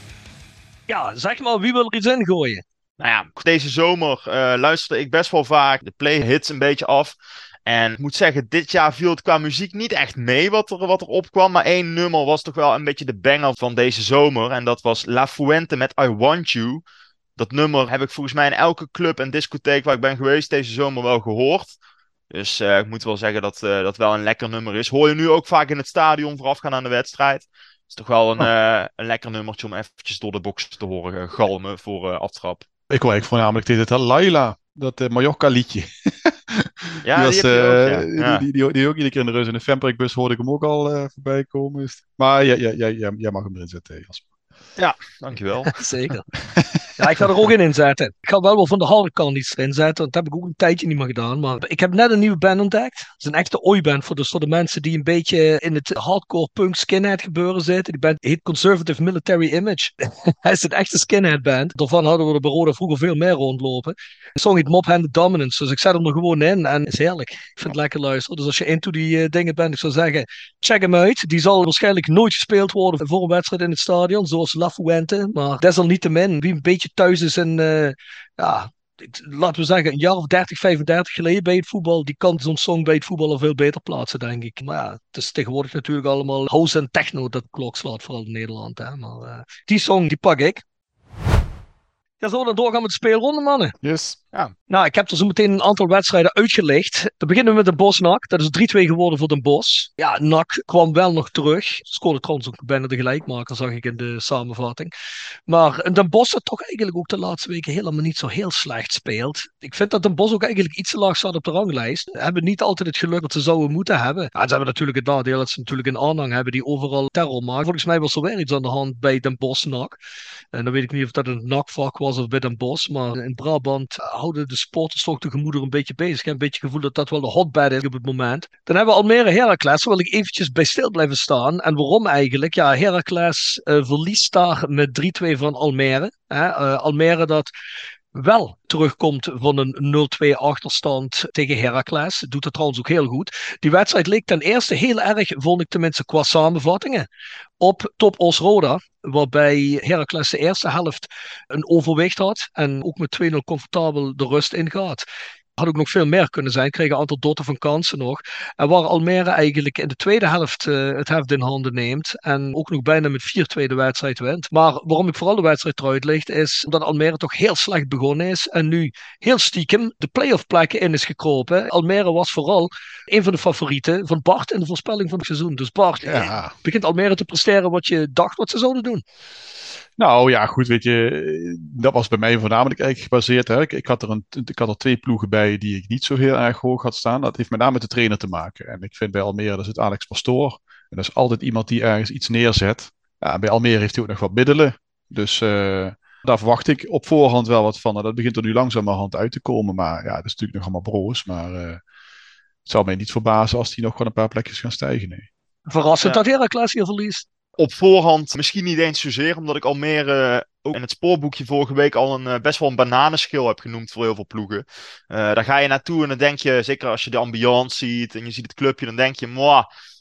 Ja, zeg maar, wie wil er iets ingooien? Nou ja, deze zomer uh, luisterde ik best wel vaak de playlist een beetje af. En ik moet zeggen, dit jaar viel het qua muziek niet echt mee wat er, wat er opkwam. Maar één nummer was toch wel een beetje de banger van deze zomer. En dat was La Fuente met I Want You. Dat nummer heb ik volgens mij in elke club en discotheek waar ik ben geweest deze zomer wel gehoord. Dus uh, ik moet wel zeggen dat uh, dat wel een lekker nummer is. Hoor je nu ook vaak in het stadion voorafgaan aan de wedstrijd. Het is toch wel een, uh, een lekker nummertje om eventjes door de box te horen uh, galmen voor uh, aftrap. Ik hoor eigenlijk voornamelijk dit het Laila, dat uh, Mallorca liedje. Ja, die, was, die, heb je ook, uh, ja. die, die, die, die ook iedere keer in de reus in de Femprikbus hoorde ik hem ook al uh, voorbij komen. Maar ja, ja, ja, ja, jij mag hem erin zetten, Jasper. Ja, dankjewel. Zeker. Ja, ik ga er ook in inzetten. Ik ga wel wel van de harde kant iets erin zetten. Dat heb ik ook een tijdje niet meer gedaan. Maar ik heb net een nieuwe band ontdekt. Het is een echte oi-band voor de, voor de mensen die een beetje in het hardcore punk skinhead gebeuren zitten. Die band heet Conservative Military Image. Hij is een echte skinhead band. Daarvan hadden we er bij Roda vroeger veel meer rondlopen. De song heet Mob Handed Dominance. Dus ik zet hem er gewoon in en het is heerlijk. Ik vind het lekker luisteren. Dus als je into die uh, dingen bent, ik zou zeggen, check hem uit. Die zal waarschijnlijk nooit gespeeld worden voor een wedstrijd in het stadion, zoals La Fuente. Maar desalniettemin, wie een beetje thuis is in, uh, ja, laten we zeggen, een jaar of dertig, vijfendertig geleden bij het voetbal, die kan zo'n song bij het voetbal al veel beter plaatsen, denk ik. Maar ja, het is tegenwoordig natuurlijk allemaal house en techno dat klok slaat, vooral in Nederland. Hè? Maar uh, die song, die pak ik. Ja, zo dan doorgaan met de speelronde, mannen. Yes. Ja. Nou, ik heb er zo meteen een aantal wedstrijden uitgelicht. Dan beginnen we met de Bosch N A C. Dat is drie twee geworden voor Den Bosch. Ja, N A C kwam wel nog terug. Scoorde trouwens ook bijna de gelijkmaker, zag ik in de samenvatting. Maar Den Bosch dat toch eigenlijk ook de laatste weken helemaal niet zo heel slecht speelt. Ik vind dat Den Bosch ook eigenlijk iets te laag staat op de ranglijst. Ze hebben niet altijd het geluk dat ze zouden moeten hebben. Ja, ze hebben natuurlijk het nadeel dat ze natuurlijk een aanhang hebben die overal terror maakt. Volgens mij was er weer iets aan de hand bij Den Bosch N A C. En dan weet ik niet of dat een N A C-vak was of bij Den Bosch. Maar in Brabant houden de sporters toch de gemoeder een beetje bezig. Ik heb een beetje het gevoel dat dat wel de hotbed is op het moment. Dan hebben we Almere Heracles. Daar wil ik eventjes bij stil blijven staan. En waarom eigenlijk? Ja, Heracles uh, verliest daar met drie twee van Almere. Hè? Uh, Almere dat wel terugkomt van een nul twee achterstand tegen Heracles. Doet het trouwens ook heel goed. Die wedstrijd leek ten eerste heel erg, vond ik tenminste qua samenvattingen, op Top Os Roda. Waarbij Heracles de eerste helft een overwicht had. En ook met twee nul comfortabel de rust ingaat. Had ook nog veel meer kunnen zijn. Kreeg een aantal dotten van kansen nog. En waar Almere eigenlijk in de tweede helft uh, het heft in handen neemt. En ook nog bijna met vier twee de wedstrijd wint. Maar waarom ik vooral de wedstrijd eruit licht is omdat Almere toch heel slecht begonnen is. En nu heel stiekem de play-off plekken in is gekropen. Almere was vooral een van de favorieten van Bart in de voorspelling van het seizoen. Dus Bart, Ja. begint Almere te presteren wat je dacht wat ze zouden doen? Nou ja, goed, weet je, dat was bij mij voornamelijk eigenlijk gebaseerd. Hè. Ik, ik, had er een, ik had er twee ploegen bij die ik niet zo heel erg hoog had staan. Dat heeft met name met de trainer te maken. En ik vind bij Almere, dat zit Alex Pastoor. En dat is altijd iemand die ergens iets neerzet. Ja, bij Almere heeft hij ook nog wat middelen. Dus uh, daar verwacht ik op voorhand wel wat van. Nou, dat begint er nu langzamerhand uit te komen. Maar ja, dat is natuurlijk nog allemaal broos. Maar uh, het zou mij niet verbazen als die nog gewoon een paar plekjes gaan stijgen. Nee. Verrassend Ja. dat Heracles hier verliest. Op voorhand misschien niet eens zozeer, omdat ik Almere ook in het spoorboekje vorige week al een best wel een bananenschil heb genoemd voor heel veel ploegen. Uh, daar ga je naartoe en dan denk je, zeker als je de ambiance ziet en je ziet het clubje, dan denk je, mwah,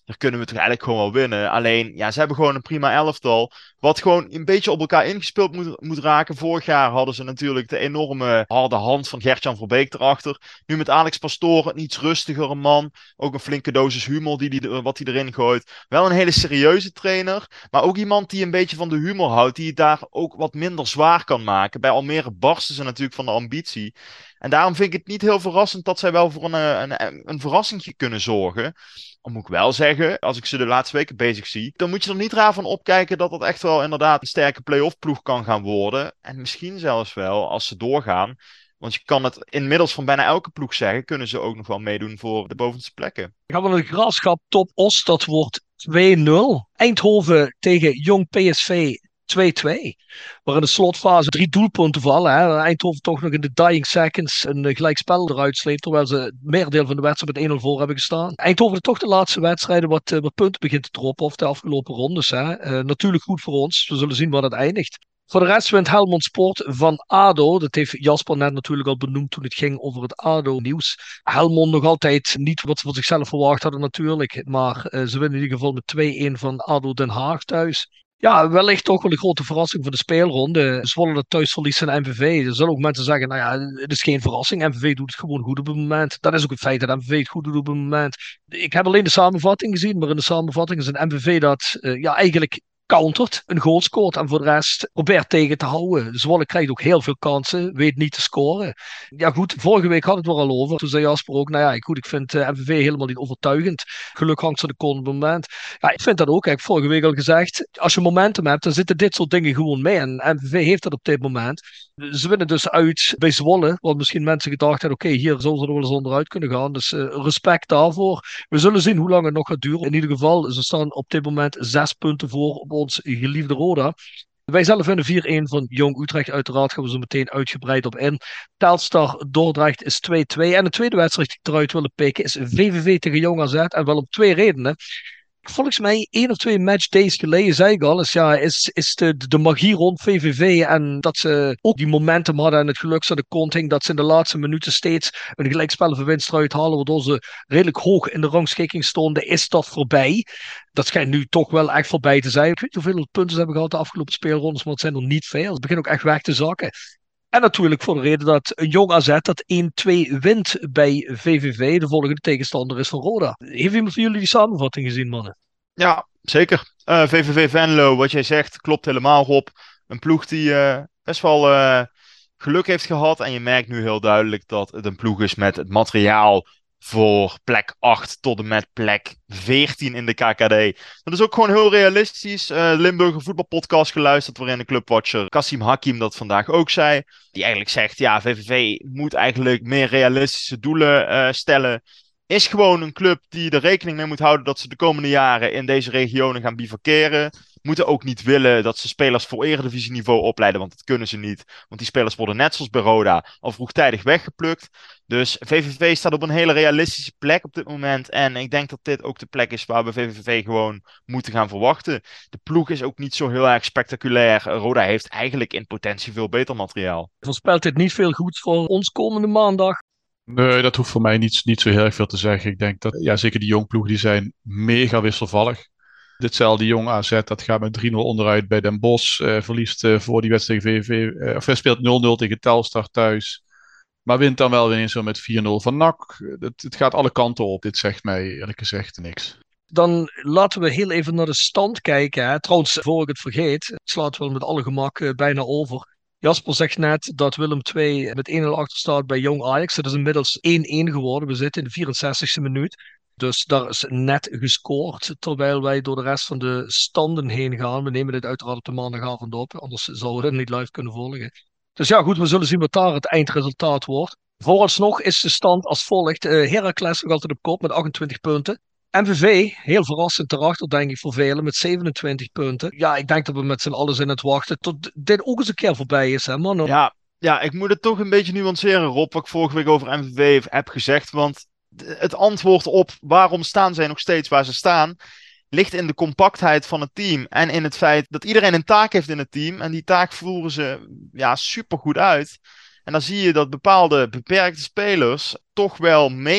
daar kunnen we toch eigenlijk gewoon wel winnen. Alleen, ja, ze hebben gewoon een prima elftal. Wat gewoon een beetje op elkaar ingespeeld moet, moet raken. Vorig jaar hadden ze natuurlijk de enorme harde hand van Gert-Jan Verbeek erachter. Nu met Alex Pastoor, een iets rustigere man. Ook een flinke dosis humor die die, wat hij erin gooit. Wel een hele serieuze trainer. Maar ook iemand die een beetje van de humor houdt. Die het daar ook wat minder zwaar kan maken. Bij Almere barsten ze natuurlijk van de ambitie. En daarom vind ik het niet heel verrassend dat zij wel voor een, een, een verrassingje kunnen zorgen. Dan moet ik wel zeggen, als ik ze de laatste weken bezig zie, dan moet je er niet raar van opkijken dat dat echt wel inderdaad een sterke play-off ploeg kan gaan worden. En misschien zelfs wel als ze doorgaan. Want je kan het inmiddels van bijna elke ploeg zeggen, kunnen ze ook nog wel meedoen voor de bovenste plekken. Gaan we naar de Graafschap Top Os, dat wordt twee nul. Eindhoven tegen Jong P S V twee twee. Waar in de slotfase drie doelpunten vallen. Hè. Eindhoven toch nog in de dying seconds een gelijkspel eruit sleept. Terwijl ze het meerdeel van de wedstrijd met één nul voor hebben gestaan. Eindhoven toch de laatste wedstrijden wat, wat punten begint te droppen. Of de afgelopen rondes. Hè. Uh, natuurlijk goed voor ons. We zullen zien waar het eindigt. Voor de rest wint Helmond Sport van A D O. Dat heeft Jasper net natuurlijk al benoemd toen het ging over het A D O-nieuws. Helmond nog altijd niet wat ze voor zichzelf verwacht hadden natuurlijk. Maar uh, ze winnen in ieder geval met twee een van A D O Den Haag thuis. Ja, wellicht toch wel een grote verrassing voor de speelronde. Zwolle dat thuis verliest aan M V V. Er zullen ook mensen zeggen, nou ja, het is geen verrassing. M V V doet het gewoon goed op het moment. Dat is ook het feit dat M V V het goed doet op het moment. Ik heb alleen de samenvatting gezien, maar in de samenvatting is een M V V dat uh, ja, eigenlijk countert, een goal scoort en voor de rest probeert tegen te houden. Zwolle krijgt ook heel veel kansen, weet niet te scoren. Ja goed, vorige week had het er al over. Toen zei Jasper ook, nou ja, goed, ik vind uh, M V V helemaal niet overtuigend. Geluk hangt van de komende moment. Ja, ik vind dat ook. Ik heb vorige week al gezegd, als je momentum hebt, dan zitten dit soort dingen gewoon mee. En M V V heeft dat op dit moment. Ze winnen dus uit bij Zwolle, want misschien mensen gedacht hebben, oké, okay, hier zouden ze er wel eens onderuit kunnen gaan. Dus uh, respect daarvoor. We zullen zien hoe lang het nog gaat duren. In ieder geval, ze staan op dit moment zes punten voor op ons geliefde Roda. Wij zelf winnen vier een van Jong Utrecht. Uiteraard gaan we zo meteen uitgebreid op in. Telstar Dordrecht is twee twee. En de tweede wedstrijd die ik eruit willen pikken is V V V tegen Jong A Z. En wel om twee redenen. Volgens mij één of twee matchdays geleden zei ik al eens, ja, is, is de, de magie rond V V V en dat ze ook die momentum hadden en het geluk aan de kont hing, dat ze in de laatste minuten steeds een gelijkspel of een winst eruit halen, waardoor ze redelijk hoog in de rangschikking stonden, is dat voorbij. Dat schijnt nu toch wel echt voorbij te zijn. Ik weet niet hoeveel punten ze hebben gehad de afgelopen speelrondes, maar het zijn er niet veel. Het begint ook echt weg te zakken. En natuurlijk voor de reden dat een Jong A Z dat één twee wint bij V V V. De volgende tegenstander is van Roda. Heeft iemand van jullie die samenvatting gezien, mannen? Ja, zeker. Uh, V V V Venlo, wat jij zegt, klopt helemaal, Rob. Een ploeg die uh, best wel uh, geluk heeft gehad. En je merkt nu heel duidelijk dat het een ploeg is met het materiaal voor plek acht tot en met plek veertien in de K K D. Dat is ook gewoon heel realistisch. Uh, Limburger voetbalpodcast geluisterd, waarin de clubwatcher Kasim Hakim dat vandaag ook zei. Die eigenlijk zegt, ja, V V V moet eigenlijk meer realistische doelen uh, stellen. Is gewoon een club die er rekening mee moet houden dat ze de komende jaren in deze regionen gaan bivakeren. Moeten ook niet willen dat ze spelers voor eredivisieniveau opleiden, want dat kunnen ze niet. Want die spelers worden net zoals bij Roda al vroegtijdig weggeplukt. Dus V V V staat op een hele realistische plek op dit moment. En ik denk dat dit ook de plek is waar we V V V gewoon moeten gaan verwachten. De ploeg is ook niet zo heel erg spectaculair. Roda heeft eigenlijk in potentie veel beter materiaal. Voorspelt dit niet veel goeds voor ons komende maandag? Nee, dat hoeft voor mij niet, niet zo heel erg veel te zeggen. Ik denk dat, ja, zeker die jongploegen die zijn mega wisselvallig. Ditzelfde Jong A Z, dat gaat met drie nul onderuit bij Den Bosch. Uh, verliest uh, voor die wedstrijd tegen V V V. Uh, of hij speelt nul nul tegen Telstar thuis. Maar wint dan wel ineens zo met vier nul van N A C. Het, het gaat alle kanten op. Dit zegt mij eerlijk gezegd niks. Dan laten we heel even naar de stand kijken. Hè. Trouwens, voor ik het vergeet, het slaat wel met alle gemak uh, bijna over. Jasper zegt net dat Willem twee met één nul achter staat bij Jong Ajax. Dat is inmiddels één een geworden. We zitten in de vierenzestigste minuut. Dus daar is net gescoord, terwijl wij door de rest van de standen heen gaan. We nemen dit uiteraard op de maandagavond op, anders zouden we het niet live kunnen volgen. Dus ja, goed, we zullen zien wat daar het eindresultaat wordt. Vooralsnog is de stand als volgt. Uh, Heracles nog altijd op kop met achtentwintig punten. M V V, heel verrassend erachter, denk ik, voor velen, met zevenentwintig punten. Ja, ik denk dat we met z'n allen zijn het wachten tot dit ook eens een keer voorbij is, hè, man? Ja, ja, ik moet het toch een beetje nuanceren, Rob, wat ik vorige week over M V V heb gezegd, want het antwoord op waarom staan zij nog steeds waar ze staan, ligt in de compactheid van het team. En in het feit dat iedereen een taak heeft in het team. En die taak voeren ze ja, supergoed uit. En dan zie je dat bepaalde beperkte spelers toch wel mee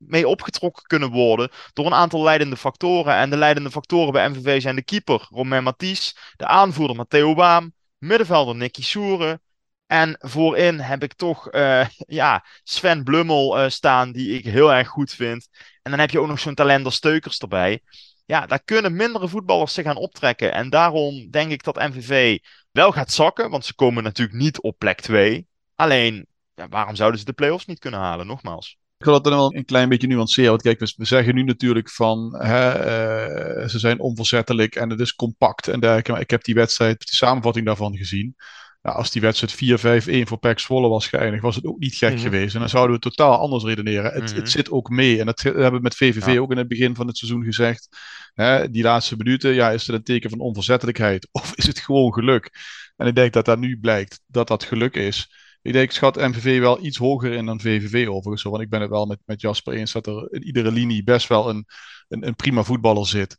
mee opgetrokken kunnen worden door een aantal leidende factoren. En de leidende factoren bij M V V zijn de keeper Romain Mathies, de aanvoerder Matteo Baam, middenvelder Nicky Soeren. En voorin heb ik toch uh, ja, Sven Blummel uh, staan, die ik heel erg goed vind. En dan heb je ook nog zo'n talent als Steukers erbij. Ja, daar kunnen mindere voetballers zich aan optrekken. En daarom denk ik dat M V V wel gaat zakken, want ze komen natuurlijk niet op plek twee. Alleen, ja, waarom zouden ze de play-offs niet kunnen halen, nogmaals? Ik wil dat dan wel een klein beetje nuanceren. Want kijk, we, we zeggen nu natuurlijk van hè, uh, ze zijn onverzettelijk en het is compact en dergelijke. Maar ik heb die wedstrijd, die samenvatting daarvan gezien. Nou, als die wedstrijd vier vijf een voor P E C Zwolle was geëindigd, was het ook niet gek mm-hmm. geweest. En dan zouden we totaal anders redeneren. Het, mm-hmm. het zit ook mee. En dat hebben we met V V V ja. ook in het begin van het seizoen gezegd. Hè, die laatste minuten, ja, is het een teken van onverzettelijkheid? Of is het gewoon geluk? En ik denk dat dat nu blijkt dat dat geluk is. Ik denk, ik schat M V V wel iets hoger in dan V V V overigens. Want ik ben het wel met, met Jasper eens dat er in iedere linie best wel een, een, een prima voetballer zit.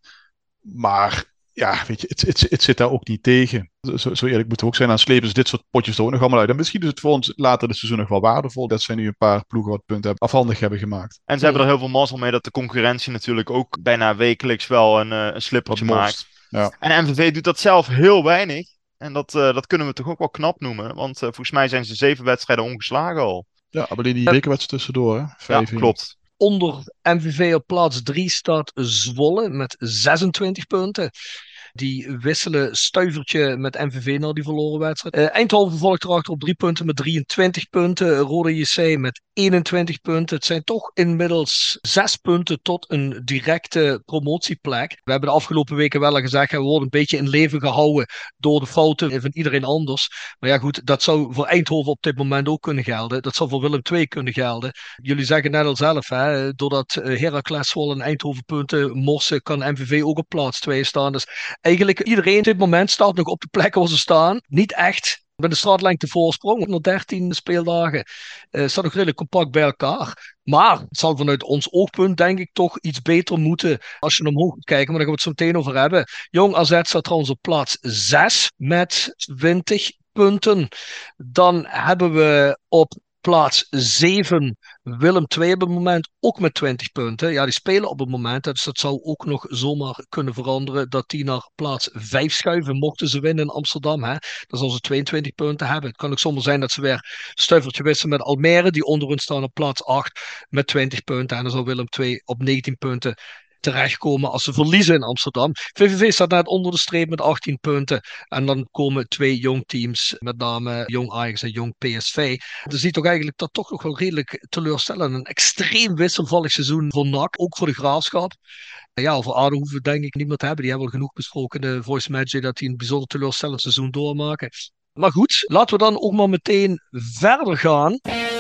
Maar ja, weet je, het, het, het zit daar ook niet tegen. Zo, zo eerlijk moeten we ook zijn. Dan slepen ze dit soort potjes er ook nog allemaal uit. En misschien is het voor ons later dit seizoen nog wel waardevol dat zij nu een paar ploegen wat punten hebben afhandig hebben gemaakt. En ze hebben er heel veel mazzel mee dat de concurrentie natuurlijk ook bijna wekelijks wel een, uh, een slippertje maakt. Ja. En M V V doet dat zelf heel weinig. En dat, uh, dat kunnen we toch ook wel knap noemen. Want uh, volgens mij zijn ze zeven wedstrijden ongeslagen al. Ja, maar die bekerwedstrijd tussendoor, hè? Vijf ja, klopt. Onder M V V op plaats drie staat Zwolle met zesentwintig punten. Die wisselen stuivertje met M V V na die verloren wedstrijd. Uh, Eindhoven volgt erachter op drie punten met drieëntwintig punten. Roda J C met eenentwintig punten. Het zijn toch inmiddels zes punten tot een directe promotieplek. We hebben de afgelopen weken wel al gezegd, we worden een beetje in leven gehouden door de fouten van iedereen anders. Maar ja goed, dat zou voor Eindhoven op dit moment ook kunnen gelden. Dat zou voor Willem twee kunnen gelden. Jullie zeggen net al zelf, hè, doordat Heracles Zwolle en Eindhoven punten morsen, kan M V V ook op plaats twee staan. Dus eigenlijk iedereen op dit moment staat nog op de plek waar ze staan. Niet echt met een straatlengte voorsprong. Nog dertien speeldagen uh, staat nog redelijk compact bij elkaar. Maar het zal vanuit ons oogpunt denk ik toch iets beter moeten als je omhoog moet kijken. Maar daar gaan we het zo meteen over hebben. Jong A Z staat trouwens op plaats zes met twintig punten. Dan hebben we op plaats zeven Willem twee op het moment ook met twintig punten. Ja, die spelen op het moment. Dus dat zou ook nog zomaar kunnen veranderen. Dat die naar plaats vijf schuiven. Mochten ze winnen in Amsterdam. Hè, dan zullen ze tweeëntwintig punten hebben. Het kan ook zomaar zijn dat ze weer stuivertje wisselen met Almere. Die onder hun staan op plaats acht met twintig punten. En dan zal Willem twee op negentien punten terechtkomen als ze verliezen in Amsterdam. V V V staat net onder de streep met achttien punten. En dan komen twee jong teams, met name Jong Ajax en Jong P S V. Je ziet toch eigenlijk dat toch nog wel redelijk teleurstellend. Een extreem wisselvallig seizoen voor N A C, ook voor de Graafschap. Ja, over A D O hoeven we denk ik niet meer te hebben. Die hebben we al genoeg besproken in de Voice Match, dat die een bijzonder teleurstellend seizoen doormaken. Maar goed, laten we dan ook maar meteen verder gaan.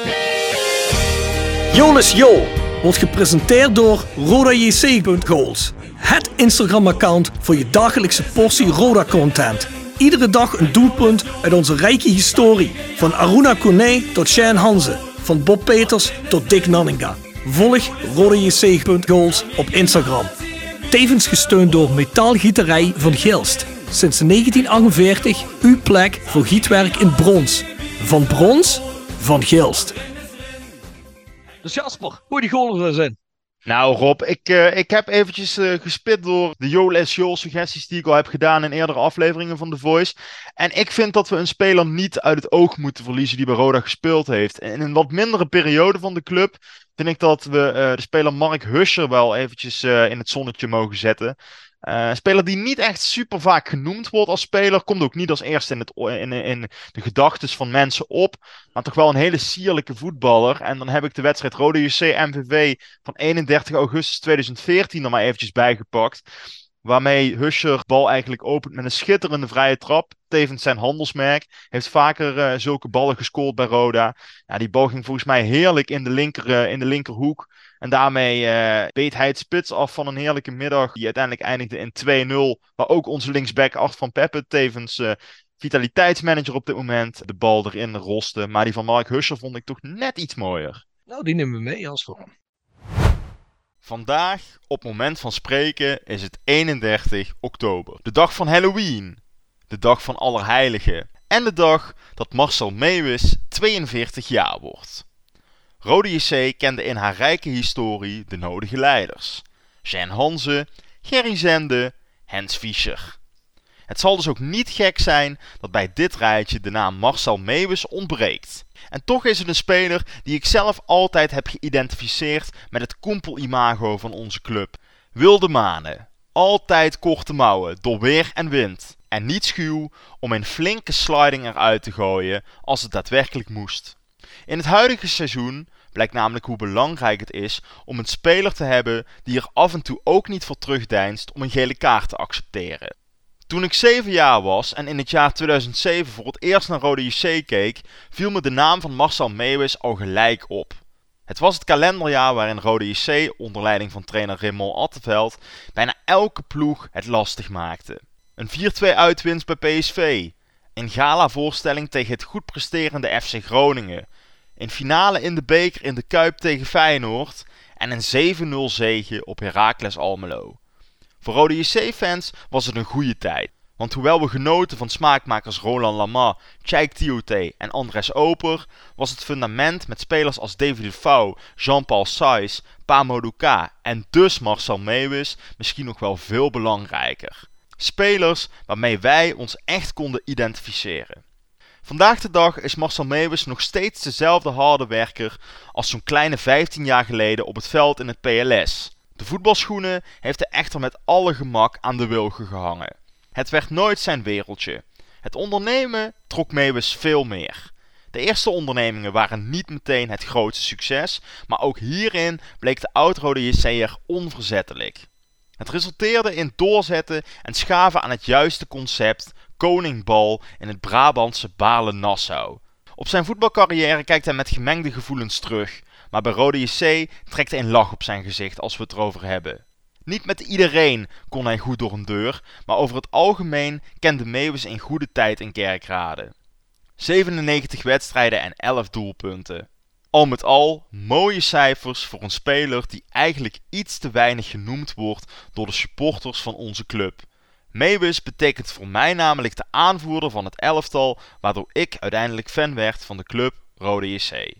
Jonas Jo wordt gepresenteerd door Roda J C punt goals. Het Instagram-account voor je dagelijkse portie Roda-content. Iedere dag een doelpunt uit onze rijke historie. Van Aruna Kone tot Shane Hanze. Van Bob Peters tot Dick Nanninga. Volg Roda J C punt goals op Instagram. Tevens gesteund door Metaalgieterij van Gilst. Sinds negentien achtenveertig uw plek voor gietwerk in brons. Van brons, van Gilst. Dus Jasper, hoe die goals er zijn. Nou Rob, ik, uh, ik heb eventjes uh, gespit door de Joel S. Joel suggesties die ik al heb gedaan in eerdere afleveringen van The Voice. En ik vind dat we een speler niet uit het oog moeten verliezen die bij Roda gespeeld heeft. En in een wat mindere periode van de club vind ik dat we uh, de speler Mark Huscher wel eventjes uh, in het zonnetje mogen zetten. Uh, een speler die niet echt super vaak genoemd wordt als speler. Komt ook niet als eerste in, het, in, in de gedachten van mensen op. Maar toch wel een hele sierlijke voetballer. En dan heb ik de wedstrijd Roda J C M V V van eenendertig augustus tweeduizend veertien er maar eventjes bijgepakt. Waarmee Huscher bal eigenlijk opent met een schitterende vrije trap. Tevens zijn handelsmerk. Heeft vaker uh, zulke ballen gescoord bij Roda. Ja, die bal ging volgens mij heerlijk in de, linker, uh, in de linkerhoek. En daarmee uh, beet hij het spits af van een heerlijke middag. Die uiteindelijk eindigde in twee nul. Waar ook onze linksback Art van Peppe tevens uh, vitaliteitsmanager op dit moment de bal erin roste. Maar die van Mark Huscher vond ik toch net iets mooier. Nou, die nemen we mee als voor. Vandaag, op moment van spreken, is het eenendertig oktober. De dag van Halloween. De dag van Allerheiligen. En de dag dat Marcel Meeuwis tweeënveertig jaar wordt. Rode J C kende in haar rijke historie de nodige leiders. Jean Hanze, Gerry Zende, Hens Fischer. Het zal dus ook niet gek zijn dat bij dit rijtje de naam Marcel Meeuwis ontbreekt. En toch is het een speler die ik zelf altijd heb geïdentificeerd met het kompelimago van onze club. Wilde manen, altijd korte mouwen door weer en wind. En niet schuw om een flinke sliding eruit te gooien als het daadwerkelijk moest. In het huidige seizoen blijkt namelijk hoe belangrijk het is om een speler te hebben die er af en toe ook niet voor terugdeinst om een gele kaart te accepteren. Toen ik zeven jaar was en in het jaar tweeduizend zeven voor het eerst naar Rode J C keek, viel me de naam van Marcel Meeuwis al gelijk op. Het was het kalenderjaar waarin Rode J C onder leiding van trainer Raymond Attenveld bijna elke ploeg het lastig maakte. Een vier twee uitwinst bij P S V, een gala-voorstelling tegen het goed presterende F C Groningen, een finale in de beker in de Kuip tegen Feyenoord en een zeven nul zege op Heracles Almelo. Voor Rode J C-fans was het een goede tijd, want hoewel we genoten van smaakmakers Roland Lamar, Tjaik Tioté en Andres Oper, was het fundament met spelers als David de Pauw, Jean-Paul Sayes, Pamo Duka en dus Marcel Meeuwis misschien nog wel veel belangrijker. Spelers waarmee wij ons echt konden identificeren. Vandaag de dag is Marcel Meeuwis nog steeds dezelfde harde werker als zo'n kleine vijftien jaar geleden op het veld in het P L S. De voetbalschoenen heeft hij echter met alle gemak aan de wilgen gehangen. Het werd nooit zijn wereldje. Het ondernemen trok Meeuwis veel meer. De eerste ondernemingen waren niet meteen het grootste succes, maar ook hierin bleek de oud-Rode J C'er onverzettelijk. Het resulteerde in doorzetten en schaven aan het juiste concept, koningbal in het Brabantse Baarle-Nassau. Op zijn voetbalcarrière kijkt hij met gemengde gevoelens terug, maar bij Rode J C trekt hij een lach op zijn gezicht als we het erover hebben. Niet met iedereen kon hij goed door een deur, maar over het algemeen kende Meeuwis een goede tijd in Kerkrade. zevenennegentig wedstrijden en elf doelpunten. Al met al mooie cijfers voor een speler die eigenlijk iets te weinig genoemd wordt door de supporters van onze club. Meeuwis betekent voor mij namelijk de aanvoerder van het elftal, waardoor ik uiteindelijk fan werd van de club Rode J C.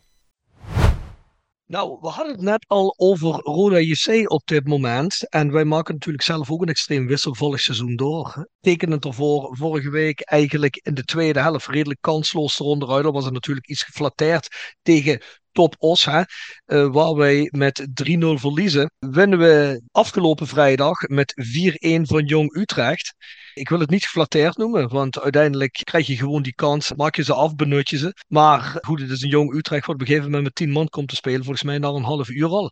Nou, we hadden het net al over Roda J C op dit moment. En wij maken natuurlijk zelf ook een extreem wisselvallig seizoen door. Tekenend ervoor, vorige week eigenlijk in de tweede helft redelijk kansloos eronder uit. Dan was het natuurlijk iets geflatteerd tegen Top Os, hè, uh, waar wij met drie nul verliezen. Winnen we afgelopen vrijdag met vier een van Jong Utrecht. Ik wil het niet geflatteerd noemen, want uiteindelijk krijg je gewoon die kans, maak je ze af, benut je ze. Maar goed, het is een Jong Utrecht wat op een gegeven moment met tien man komt te spelen, volgens mij na een half uur al.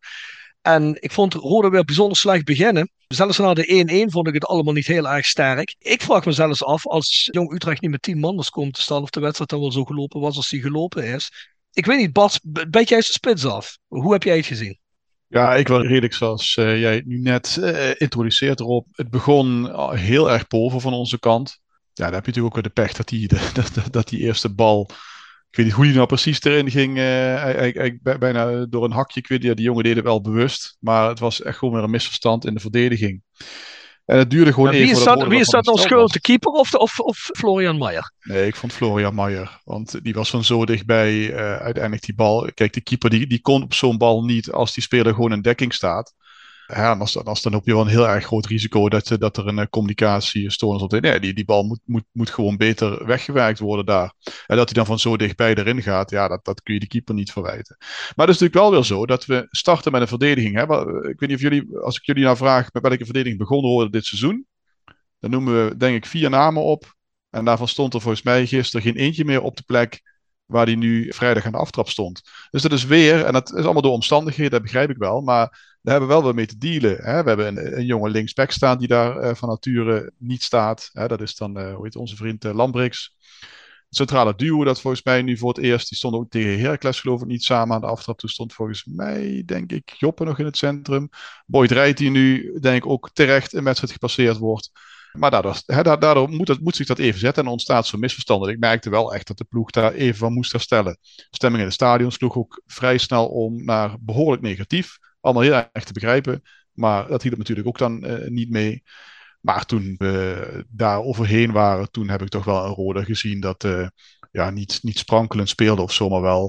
En ik vond Roda weer bijzonder slecht beginnen. Zelfs na de één een vond ik het allemaal niet heel erg sterk. Ik vraag me zelfs af, als Jong Utrecht niet met tien man was komen te staan, of de wedstrijd dan wel zo gelopen was als die gelopen is. Ik weet niet, Bas, bijt jij de spits af? Hoe heb jij het gezien? Ja, ik was redelijk zoals uh, jij het nu net uh, introduceert erop. Het begon heel erg pover van onze kant. Ja, dan heb je natuurlijk ook weer de pech dat die, de, dat, dat die eerste bal... Ik weet niet hoe die nou precies erin ging. Uh, eigenlijk bijna door een hakje. Ik weet niet, ja, die jongen deed het wel bewust. Maar het was echt gewoon weer een misverstand in de verdediging. En het duurde gewoon ja, even... Wie is dat, wie is dat nou schuld? De keeper of, de, of, of Florian Maier? Nee, ik vond Florian Maier. Want die was van zo dichtbij uh, uiteindelijk die bal. Kijk, de keeper die, die kon op zo'n bal niet als die speler gewoon in dekking staat. Ja, en als, als, dan heb je wel een heel erg groot risico dat, dat er een uh, communicatiestoornis op... Nee, die, die bal moet, moet, moet gewoon beter weggewerkt worden daar. En dat hij dan van zo dichtbij erin gaat, ja, dat, dat kun je de keeper niet verwijten. Maar het is natuurlijk wel weer zo dat we starten met een verdediging. Hè? Ik weet niet of jullie, als ik jullie nou vraag met welke verdediging begonnen worden dit seizoen, dan noemen we denk ik vier namen op. En daarvan stond er volgens mij gisteren geen eentje meer op de plek waar die nu vrijdag aan de aftrap stond. Dus dat is weer, en dat is allemaal door omstandigheden, dat begrijp ik wel, maar daar hebben we wel weer mee te dealen. Hè? We hebben een, een jonge linksback staan die daar uh, van nature niet staat. Hè? Dat is dan, uh, hoe heet onze vriend uh, Lambrix. Het centrale duo, dat volgens mij nu voor het eerst, die stond ook tegen Heracles geloof ik niet samen aan de aftrap. Toen stond volgens mij, denk ik, Joppe nog in het centrum. Boyd Rijt die nu, denk ik, ook terecht een wedstrijd gepasseerd wordt. Maar daardoor, hè, daardoor moet, het, moet zich dat even zetten en ontstaat zo'n misverstand. En ik merkte wel echt dat de ploeg daar even van moest herstellen. De stemming in de stadion sloeg ook vrij snel om naar behoorlijk negatief. Allemaal heel erg te begrijpen, maar dat hielp natuurlijk ook dan uh, niet mee. Maar toen we daar overheen waren, toen heb ik toch wel een Roda gezien dat uh, ja, niet, niet sprankelend speelde of zo, maar wel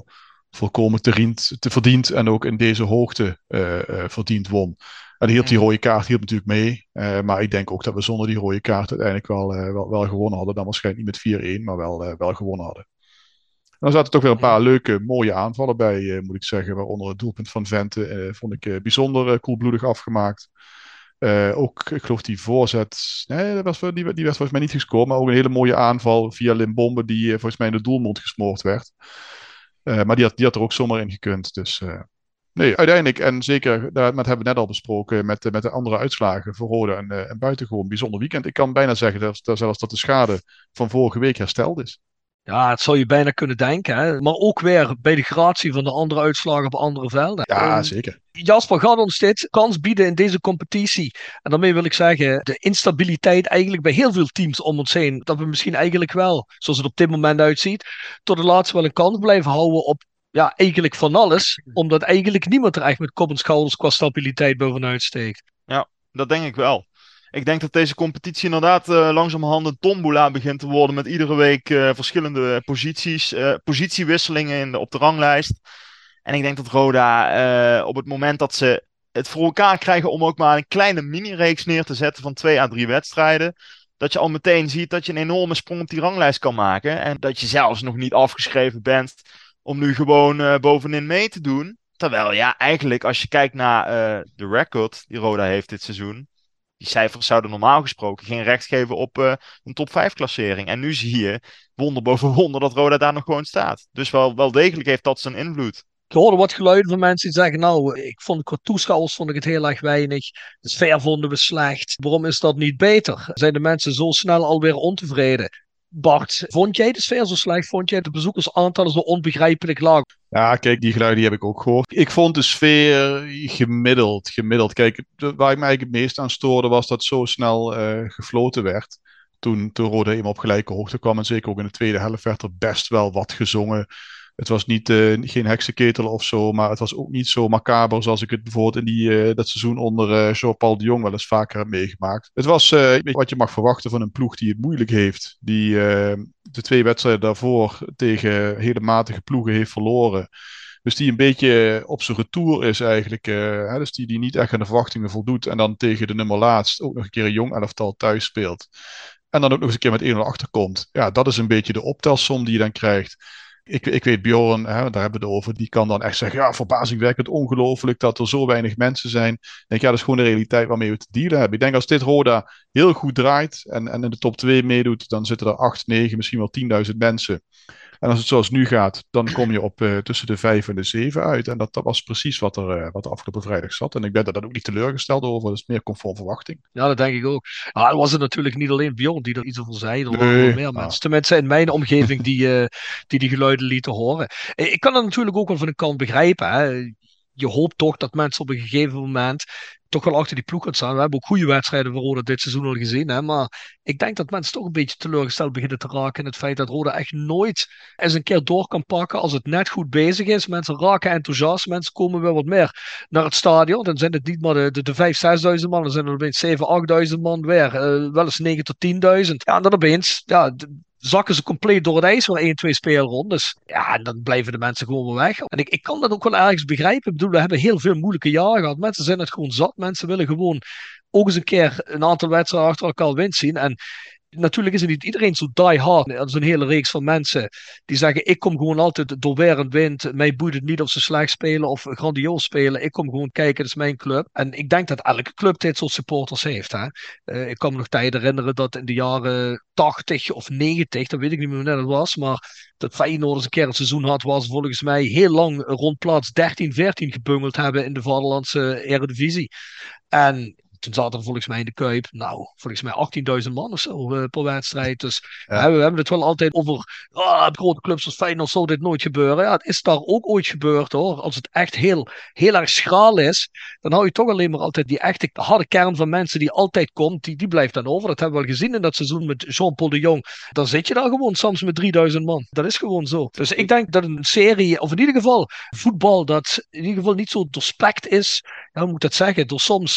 volkomen te, te verdiend en ook in deze hoogte uh, uh, verdiend won. En hielp die rode kaart hielp natuurlijk mee. Uh, maar ik denk ook dat we zonder die rode kaart uiteindelijk wel, uh, wel, wel gewonnen hadden. Dan waarschijnlijk niet met vier-een, maar wel, uh, wel gewonnen hadden. En dan zaten er toch weer een paar leuke, mooie aanvallen bij, uh, moet ik zeggen. Waaronder het doelpunt van Vente uh, vond ik uh, bijzonder uh, koelbloedig afgemaakt. Uh, ook, ik geloof die voorzet, nee, dat was, die, die werd volgens mij niet gescoord. Maar ook een hele mooie aanval via Limbombe die uh, volgens mij in de doelmond gesmoord werd. Uh, maar die had, die had er ook zomaar in gekund. Dus uh, nee, uiteindelijk, en zeker, dat hebben we net al besproken met, met de andere uitslagen voor Roda en, uh, en buitengewoon bijzonder weekend. Ik kan bijna zeggen dat, dat zelfs dat de schade van vorige week hersteld is. Ja, dat zou je bijna kunnen denken. Hè? Maar ook weer bij de gratie van de andere uitslagen op andere velden. Ja, um, zeker. Jasper gaat ons dit kans bieden in deze competitie. En daarmee wil ik zeggen, de instabiliteit eigenlijk bij heel veel teams om ons heen. Dat we misschien eigenlijk wel, zoals het op dit moment uitziet, tot de laatste wel een kans blijven houden op ja, eigenlijk van alles. Omdat eigenlijk niemand er echt met kop en schouders qua stabiliteit bovenuit steekt. Ja, dat denk ik wel. Ik denk dat deze competitie inderdaad uh, langzamerhand een tombola begint te worden met iedere week uh, verschillende posities, uh, positiewisselingen in de, op de ranglijst. En ik denk dat Roda uh, op het moment dat ze het voor elkaar krijgen om ook maar een kleine mini-reeks neer te zetten van twee à drie wedstrijden, dat je al meteen ziet dat je een enorme sprong op die ranglijst kan maken. En dat je zelfs nog niet afgeschreven bent om nu gewoon uh, bovenin mee te doen. Terwijl ja, eigenlijk als je kijkt naar uh, de record die Roda heeft dit seizoen, die cijfers zouden normaal gesproken geen recht geven op uh, een top vijf klassering. En nu zie je, wonder boven wonder, dat Roda daar nog gewoon staat. Dus wel, wel degelijk heeft dat zijn invloed. Ik hoorde wat geluiden van mensen die zeggen, nou, ik vond qua toeschouwers vond ik het heel erg weinig. De sfeer vonden we slecht. Waarom is dat niet beter? Zijn de mensen zo snel alweer ontevreden? Bart, vond jij de sfeer zo slecht? Vond jij de bezoekersaantallen zo onbegrijpelijk laag? Ja, kijk, die geluiden die heb ik ook gehoord. Ik vond de sfeer gemiddeld. gemiddeld. Kijk, waar ik me eigenlijk het meest aan stoorde was dat zo snel uh, gefloten werd. Toen, toen Roda eenmaal op gelijke hoogte kwam en zeker ook in de tweede helft werd er best wel wat gezongen. Het was niet, uh, geen heksenketel of zo, maar het was ook niet zo macaber zoals ik het bijvoorbeeld in die, uh, dat seizoen onder uh, Jean-Paul de Jong wel eens vaker heb meegemaakt. Het was uh, wat je mag verwachten van een ploeg die het moeilijk heeft, die uh, de twee wedstrijden daarvoor tegen hele matige ploegen heeft verloren. Dus die een beetje op zijn retour is eigenlijk. Uh, hè, dus die, die niet echt aan de verwachtingen voldoet. En dan tegen de nummer laatst ook nog een keer een jong elftal thuis speelt. En dan ook nog eens een keer met één nul achterkomt. Ja, dat is een beetje de optelsom die je dan krijgt. Ik, ik weet Bjorn, hè, daar hebben we het over, die kan dan echt zeggen, ja, verbazingwekkend, ongelooflijk dat er zo weinig mensen zijn. Ik denk, ja, dat is gewoon de realiteit waarmee we te dealen hebben. Ik denk als dit Roda heel goed draait en, en in de top twee meedoet, dan zitten er acht, negen, misschien wel tienduizend mensen. En als het zoals nu gaat, dan kom je op uh, tussen de vijf en de zeven uit. En dat, dat was precies wat er, uh, wat er afgelopen vrijdag zat. En ik ben daar ook niet teleurgesteld over. Dat is meer conform verwachting. Ja, dat denk ik ook. Ah, dan was het natuurlijk niet alleen Bjorn die er iets over zei. Er waren Nee, wel meer ja. mensen. Tenminste in mijn omgeving die, uh, die die geluiden lieten horen. Ik kan dat natuurlijk ook wel van de kant begrijpen. Hè. Je hoopt toch dat mensen op een gegeven moment toch wel achter die ploeg gaan staan. We hebben ook goede wedstrijden voor Roda dit seizoen al gezien. Hè? Maar ik denk dat mensen toch een beetje teleurgesteld beginnen te raken in het feit dat Roda echt nooit eens een keer door kan pakken als het net goed bezig is. Mensen raken enthousiast. Mensen komen weer wat meer naar het stadion. Dan zijn het niet maar de, de, de vijf, zesduizend man. Dan zijn er opeens zeven, achtduizend man weer. Uh, wel eens negen tot tienduizend. Ja, en dan opeens... Ja, de, zakken ze compleet door het ijs voor één, twee speelrondes. Ja, en dan blijven de mensen gewoon weer weg. En ik, ik kan dat ook wel ergens begrijpen. Ik bedoel, we hebben heel veel moeilijke jaren gehad. Mensen zijn het gewoon zat. Mensen willen gewoon ook eens een keer een aantal wedstrijden achter elkaar winst zien. En natuurlijk is het niet iedereen zo die hard. Er is een hele reeks van mensen die zeggen, ik kom gewoon altijd door weer en wind. Mij boeit het niet of ze slecht spelen of grandioos spelen. Ik kom gewoon kijken, dat is mijn club. En ik denk dat elke club dit soort supporters heeft. Hè? Uh, ik kan me nog tijd herinneren dat in de jaren tachtig of negentig, dat weet ik niet meer wanneer dat was, maar dat Feyenoord eens een keer een seizoen had, waar ze volgens mij heel lang rond plaats dertien, veertien gebungeld hebben in de Vaderlandse Eredivisie. En toen zaten er volgens mij in de Kuip, nou, volgens mij achttienduizend man of zo uh, per wedstrijd. Dus Ja. uh, we hebben het wel altijd over, ah, grote clubs als Feyenoord zou dit nooit gebeuren. Ja, het is daar ook ooit gebeurd hoor. Als het echt heel, heel erg schraal is, dan hou je toch alleen maar altijd die echte harde kern van mensen die altijd komt, die, die blijft dan over. Dat hebben we al gezien in dat seizoen met Jean-Paul de Jong. Dan zit je daar gewoon soms met drieduizend man. Dat is gewoon zo. Dus ik denk dat een serie, of in ieder geval voetbal, dat in ieder geval niet zo doorspekt is, ja, hoe moet ik dat zeggen, door soms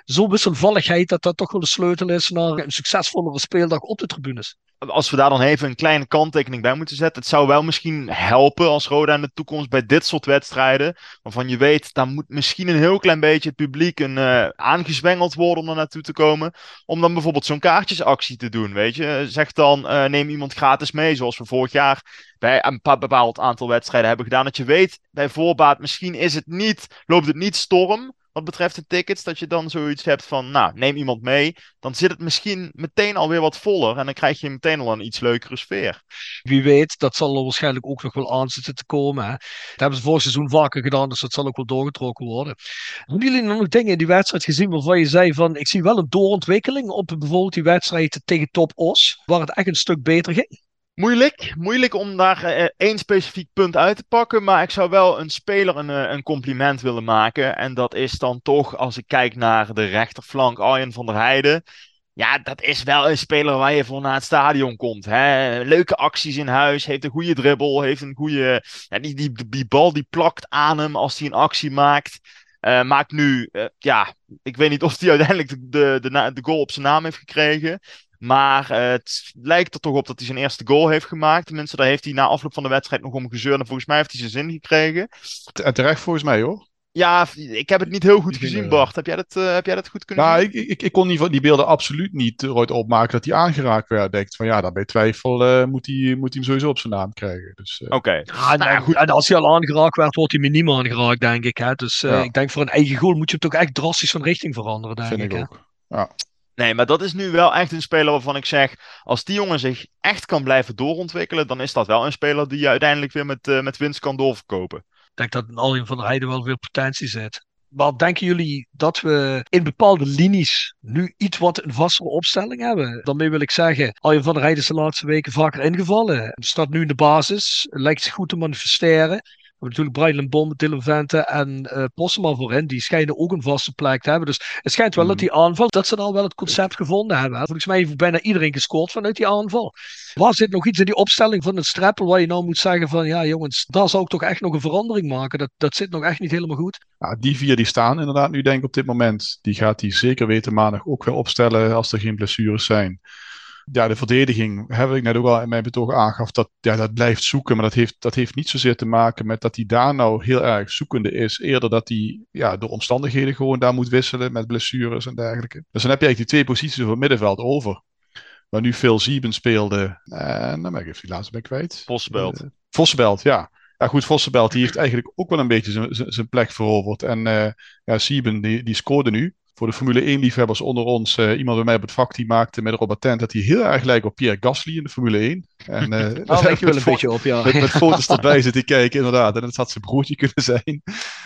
zo'n wisselvalligheid dat dat toch wel de sleutel is naar een succesvollere speeldag op de tribunes. Als we daar dan even een kleine kanttekening bij moeten zetten. Het zou wel misschien helpen als Roda in de toekomst bij dit soort wedstrijden. Waarvan je weet, daar moet misschien een heel klein beetje het publiek een, uh, aangezwengeld worden om er naartoe te komen. Om dan bijvoorbeeld zo'n kaartjesactie te doen. Weet je, zeg dan uh, neem iemand gratis mee. Zoals we vorig jaar bij een bepaald aantal wedstrijden hebben gedaan. Dat je weet bij voorbaat, misschien is het niet, loopt het niet storm. Wat betreft de tickets, dat je dan zoiets hebt van, nou, neem iemand mee. Dan zit het misschien meteen alweer wat voller. En dan krijg je meteen al een iets leukere sfeer. Wie weet, dat zal er waarschijnlijk ook nog wel aan zitten te komen. Hè? Dat hebben ze vorig seizoen vaker gedaan, dus dat zal ook wel doorgetrokken worden. Hebben jullie nog dingen in die wedstrijd gezien waarvan je zei van, ik zie wel een doorontwikkeling op bijvoorbeeld die wedstrijd tegen Top Os, waar het echt een stuk beter ging? Moeilijk, moeilijk om daar uh, één specifiek punt uit te pakken, maar ik zou wel een speler een, uh, een compliment willen maken. En dat is dan toch, als ik kijk naar de rechterflank, Arjen van der Heijden. Ja, dat is wel een speler waar je voor naar het stadion komt. Hè? Leuke acties in huis, heeft een goede dribbel, heeft een goede... Ja, die, die, die bal die plakt aan hem als hij een actie maakt. Uh, maakt nu, uh, ja, ik weet niet of hij uiteindelijk de, de, de, de goal op zijn naam heeft gekregen. Maar uh, het lijkt er toch op dat hij zijn eerste goal heeft gemaakt. Tenminste, daar heeft hij na afloop van de wedstrijd nog om gezeurd. En volgens mij heeft hij zijn zin gekregen. En terecht volgens mij hoor. Ja, ik heb het niet heel goed gezien, Bart. Heb jij dat, uh, heb jij dat goed kunnen nou, zien? Ik, ik, ik kon die, die beelden absoluut niet eruit opmaken dat hij aangeraakt werd. Denkt van ja, daar bij twijfel uh, moet, hij, moet hij hem sowieso op zijn naam krijgen. Dus, uh... Oké. Okay. Ja, nou, goed. En als hij al aangeraakt werd, wordt hij met niemand aangeraakt, denk ik. Hè? Dus uh, ja. ik denk voor een eigen goal moet je hem toch echt drastisch van richting veranderen, denk Vind ik. ik Hè? ook. Ja. Nee, maar dat is nu wel echt een speler waarvan ik zeg, als die jongen zich echt kan blijven doorontwikkelen, dan is dat wel een speler die je uiteindelijk weer met, uh, met winst kan doorverkopen. Ik denk dat in Arjen van der Heijden wel veel potentie zit. Maar denken jullie dat we in bepaalde linies nu iets wat een vastere opstelling hebben? Daarmee wil ik zeggen, Arjen van der Heijden is de laatste weken vaker ingevallen. Staat nu in de basis, lijkt zich goed te manifesteren. We hebben natuurlijk Brian Bom, Dylan Vente en uh, Postema voorin. Die schijnen ook een vaste plek te hebben. Dus het schijnt wel mm. dat die aanval, dat ze dan wel het concept gevonden hebben. Hè? Volgens mij heeft bijna iedereen gescoord vanuit die aanval. Waar zit nog iets in die opstelling van het Streppel waar je nou moet zeggen van, ja jongens, daar zou ik toch echt nog een verandering maken. Dat, dat zit nog echt niet helemaal goed. Ja, die vier die staan inderdaad nu denk ik op dit moment. Die gaat hij zeker weten maandag ook weer opstellen als er geen blessures zijn. Ja, de verdediging, heb ik net ook al in mijn betoog aangaf, dat, ja, dat blijft zoeken. Maar dat heeft, dat heeft niet zozeer te maken met dat hij daar nou heel erg zoekende is. Eerder dat hij ja, door omstandigheden gewoon daar moet wisselen met blessures en dergelijke. Dus dan heb je eigenlijk die twee posities op het middenveld over. Waar nu Phil Sieben speelde. En dan ben ik even die laatste ben kwijt. Vossenbelt. Uh, Vossenbelt, ja. Ja goed, Vossenbelt die heeft eigenlijk ook wel een beetje zijn plek veroverd. En uh, ja, Sieben die, die scoorde nu. Voor de Formule één liefhebbers onder ons, uh, iemand bij mij op het vak die maakte met erop attent dat hij heel erg lijkt op Pierre Gasly in de Formule één. En, uh, oh, lijkt je wel een beetje op, ja. Met, met foto's erbij zitten kijken, inderdaad. En dat had zijn broertje kunnen zijn.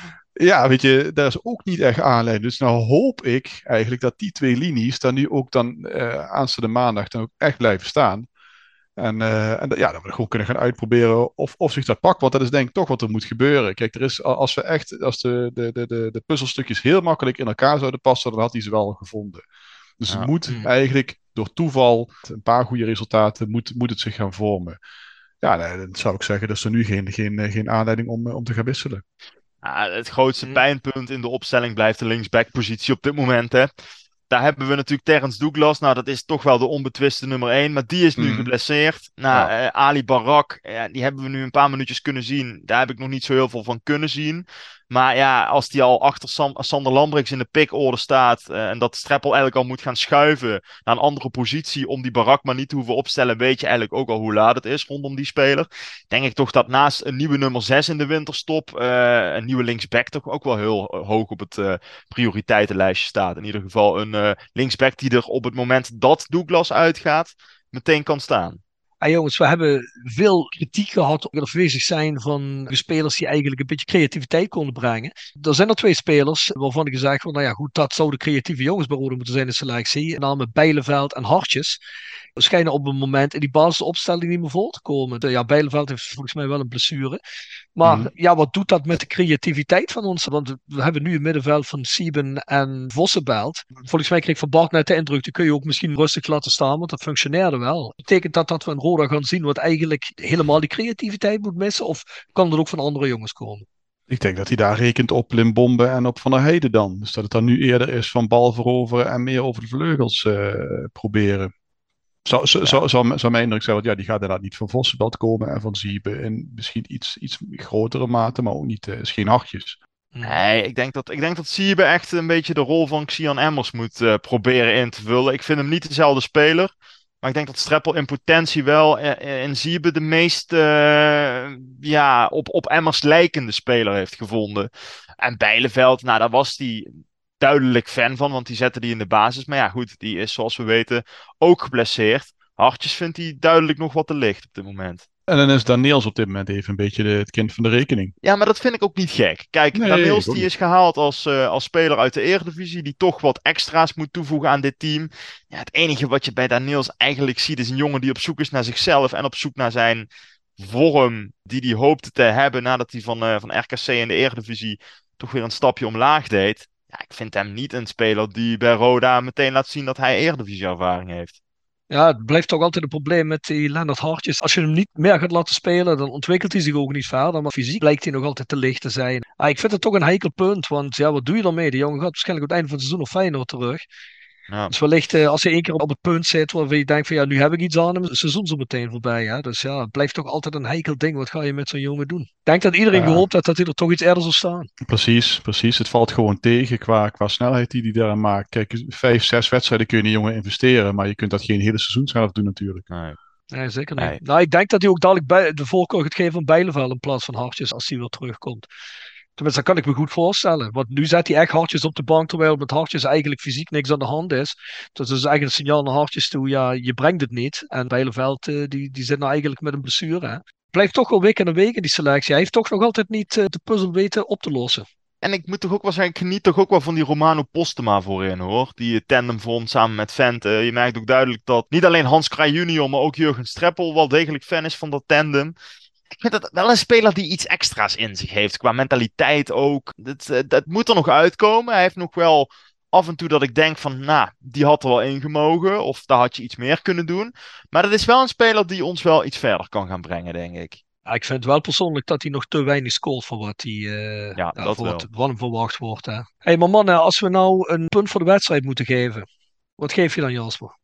Ja, weet je, daar is ook niet echt aanleiding. Dus nou hoop ik eigenlijk dat die twee linies dan nu ook dan uh, aanstaande maandag dan ook echt blijven staan. En, uh, en ja, dat we gewoon kunnen gaan uitproberen of, of zich dat pakt. Want dat is denk ik toch wat er moet gebeuren. Kijk, er is, als we echt, als de, de, de, de, de puzzelstukjes heel makkelijk in elkaar zouden passen, dan had hij ze wel gevonden. Dus ja. het moet mm. eigenlijk door toeval, een paar goede resultaten, moet, moet het zich gaan vormen. Ja, nee, dan zou ik zeggen, dat is er nu geen, geen, geen aanleiding om, om te gaan wisselen. Ja, het grootste pijnpunt in de opstelling blijft de linksback-positie op dit moment, hè. Daar hebben we natuurlijk Terrence Douglas. Nou, dat is toch wel de onbetwiste nummer één. Maar die is nu mm. geblesseerd. Nou, ja. uh, Ali Barak, uh, die hebben we nu een paar minuutjes kunnen zien. Daar heb ik nog niet zo heel veel van kunnen zien. Maar ja, als die al achter Sam- Sander Lambrix in de pickorde staat. Uh, en dat Streppel eigenlijk al moet gaan schuiven naar een andere positie. Om die Barak maar niet te hoeven opstellen. Weet je eigenlijk ook al hoe laat het is rondom die speler. Denk ik toch dat naast een nieuwe nummer zes in de winterstop. Uh, een nieuwe linksback toch ook wel heel uh, hoog op het uh, prioriteitenlijstje staat. In ieder geval een uh, linksback die er op het moment dat Douglas uitgaat meteen kan staan. Ah, jongens, we hebben veel kritiek gehad op het afwezig zijn van spelers die eigenlijk een beetje creativiteit konden brengen. Er zijn er twee spelers waarvan ik gezegd van, nou ja goed, dat zouden creatieve jongens bij Roda moeten zijn in de selectie. Namelijk Bijleveld en Hartjes. We schijnen op een moment in die basisopstelling niet meer voor te komen. Ja, Bijleveld heeft volgens mij wel een blessure. Maar mm. ja, wat doet dat met de creativiteit van ons? Want we hebben nu een middenveld van Sieben en Vossenbelt. Volgens mij kreeg Van Bart net de indruk, die kun je ook misschien rustig laten staan, want dat functioneerde wel. Betekent dat dat we in Roda gaan zien wat eigenlijk helemaal die creativiteit moet missen? Of kan dat ook van andere jongens komen? Ik denk dat hij daar rekent op Limbombe en op Van der Heijden dan. Dus dat het dan nu eerder is van bal veroveren en meer over de vleugels uh, proberen. Zou, zou, Ja. zou, zou, zou mijn indruk zijn, want ja, die gaat inderdaad niet van Vossenbelt komen en van Ziebe in misschien iets, iets grotere mate, maar ook niet, uh, is geen hartjes. Nee, ik denk dat, ik denk dat Siebe echt een beetje de rol van Xian Emmers moet uh, proberen in te vullen. Ik vind hem niet dezelfde speler. Maar ik denk dat Streppel in potentie wel uh, in Siebe de meest uh, ja, op, op Emmers lijkende speler heeft gevonden. En Bijleveld, nou daar was hij duidelijk fan van, want die zette die in de basis. Maar ja goed, die is zoals we weten ook geblesseerd. Hartjes vindt hij duidelijk nog wat te licht op dit moment. En dan is Daniels op dit moment even een beetje de, het kind van de rekening. Ja, maar dat vind ik ook niet gek. Kijk, Nee, Daniels ik ook die niet. is gehaald als, uh, als speler uit de Eredivisie, die toch wat extra's moet toevoegen aan dit team. Ja, het enige wat je bij Daniels eigenlijk ziet is een jongen die op zoek is naar zichzelf en op zoek naar zijn vorm die hij hoopte te hebben nadat hij van, uh, van R K C in de Eredivisie toch weer een stapje omlaag deed. Ja, ik vind hem niet een speler die bij Roda meteen laat zien dat hij Eredivisie-ervaring heeft. Ja, het blijft toch altijd een probleem met die Lennart Hartjes. Als je hem niet meer gaat laten spelen, dan ontwikkelt hij zich ook niet verder. Maar fysiek lijkt hij nog altijd te licht te zijn. Ah, ik vind het toch een heikel punt, want ja, wat doe je daarmee? Die jongen gaat waarschijnlijk op het einde van het seizoen of Feyenoord terug. Ja. Dus wellicht uh, als je één keer op het punt zit waarvan je denkt van ja, nu heb ik iets aan hem, het seizoen zo meteen voorbij. Hè? Dus ja, het blijft toch altijd een heikel ding. Wat ga je met zo'n jongen doen? Ik denk dat iedereen Ja. gehoopt had dat hij er toch iets eerder zou staan. Precies, precies. Het valt gewoon tegen qua, qua snelheid die hij daar maakt. Kijk, vijf, zes wedstrijden kun je in die jongen investeren, maar je kunt dat geen hele seizoen zelf doen natuurlijk. Nee. Nee, zeker niet. Nee. Nou, ik denk dat hij ook dadelijk bij de voorkeur gaat geven aan Bijleveld in plaats van Hartjes als hij weer terugkomt. Tenminste, dat kan ik me goed voorstellen. Want nu zet hij echt Hartjes op de bank, terwijl met Hartjes eigenlijk fysiek niks aan de hand is. Dus dat is eigenlijk een signaal naar Hartjes toe, ja, je brengt het niet. En Bijleveld, uh, die, die zit nou eigenlijk met een blessure. Hè. Blijft toch wel week en een week in die selectie. Hij heeft toch nog altijd niet uh, de puzzel weten op te lossen. En ik moet toch ook wel zeggen, ik geniet toch ook wel van die Romano Postema voorin hoor. Die tandem vormt samen met Vente. Je merkt ook duidelijk dat niet alleen Hans Kraaij junior, maar ook Jurgen Streppel wel degelijk fan is van dat tandem. Ik vind dat wel een speler die iets extra's in zich heeft. Qua mentaliteit ook. Dat, dat moet er nog uitkomen. Hij heeft nog wel af en toe dat ik denk van, nou, die had er wel in gemogen. Of daar had je iets meer kunnen doen. Maar dat is wel een speler die ons wel iets verder kan gaan brengen, denk ik. Ja, ik vind wel persoonlijk dat hij nog te weinig scoort voor wat, hij, uh, ja, ja, dat voor wel. wat, wat hem verwacht wordt. Hé, hey, maar mannen, als we nou een punt voor de wedstrijd moeten geven. Wat geef je dan, Jasper?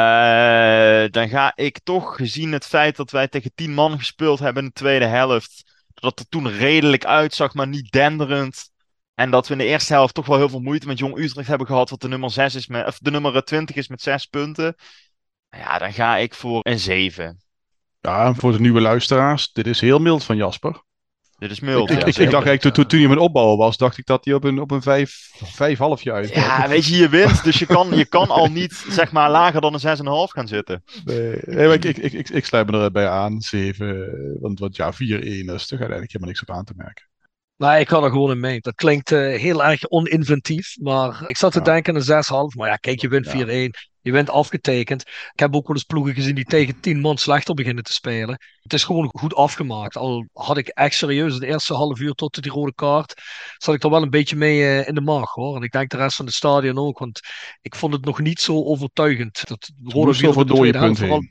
Uh, dan ga ik toch, gezien het feit dat wij tegen tien man gespeeld hebben in de tweede helft, dat het er toen redelijk uitzag, maar niet denderend. En dat we in de eerste helft toch wel heel veel moeite met Jong Utrecht hebben gehad, wat de nummer, zes is met, of de nummer twintig is met zes punten. Ja, dan ga ik voor een zeven. Ja, voor de nieuwe luisteraars, dit is heel mild van Jasper. Dit is mild. Ik, ja, ik, ik dacht eigenlijk, toen, toen hij met opbouwen was, dacht ik dat hij op een, op een vijf, vijf halfje uit. Ja, weet je, je wint, dus je kan, je kan al niet, zeg maar, lager dan een zes komma vijf gaan zitten. Nee, nee maar ik, ik, ik, ik, ik sluit me erbij aan, zeven, want, want ja, vier één is toch uiteindelijk helemaal niks op aan te merken. Nee, ik ga er gewoon in mee. Dat klinkt uh, heel erg oninventief, maar ik zat te Ja. denken aan een zes komma vijf. Maar ja, kijk, je wint Ja. vier één. Je bent afgetekend. Ik heb ook wel eens ploegen gezien die tegen tien man slechter beginnen te spelen. Het is gewoon goed afgemaakt. Al had ik echt serieus de eerste half uur tot die rode kaart, zat ik er wel een beetje mee uh, in de maag, hoor. En ik denk de rest van het stadion ook, want ik vond het nog niet zo overtuigend. Dat Rode weer voor dode punt heen.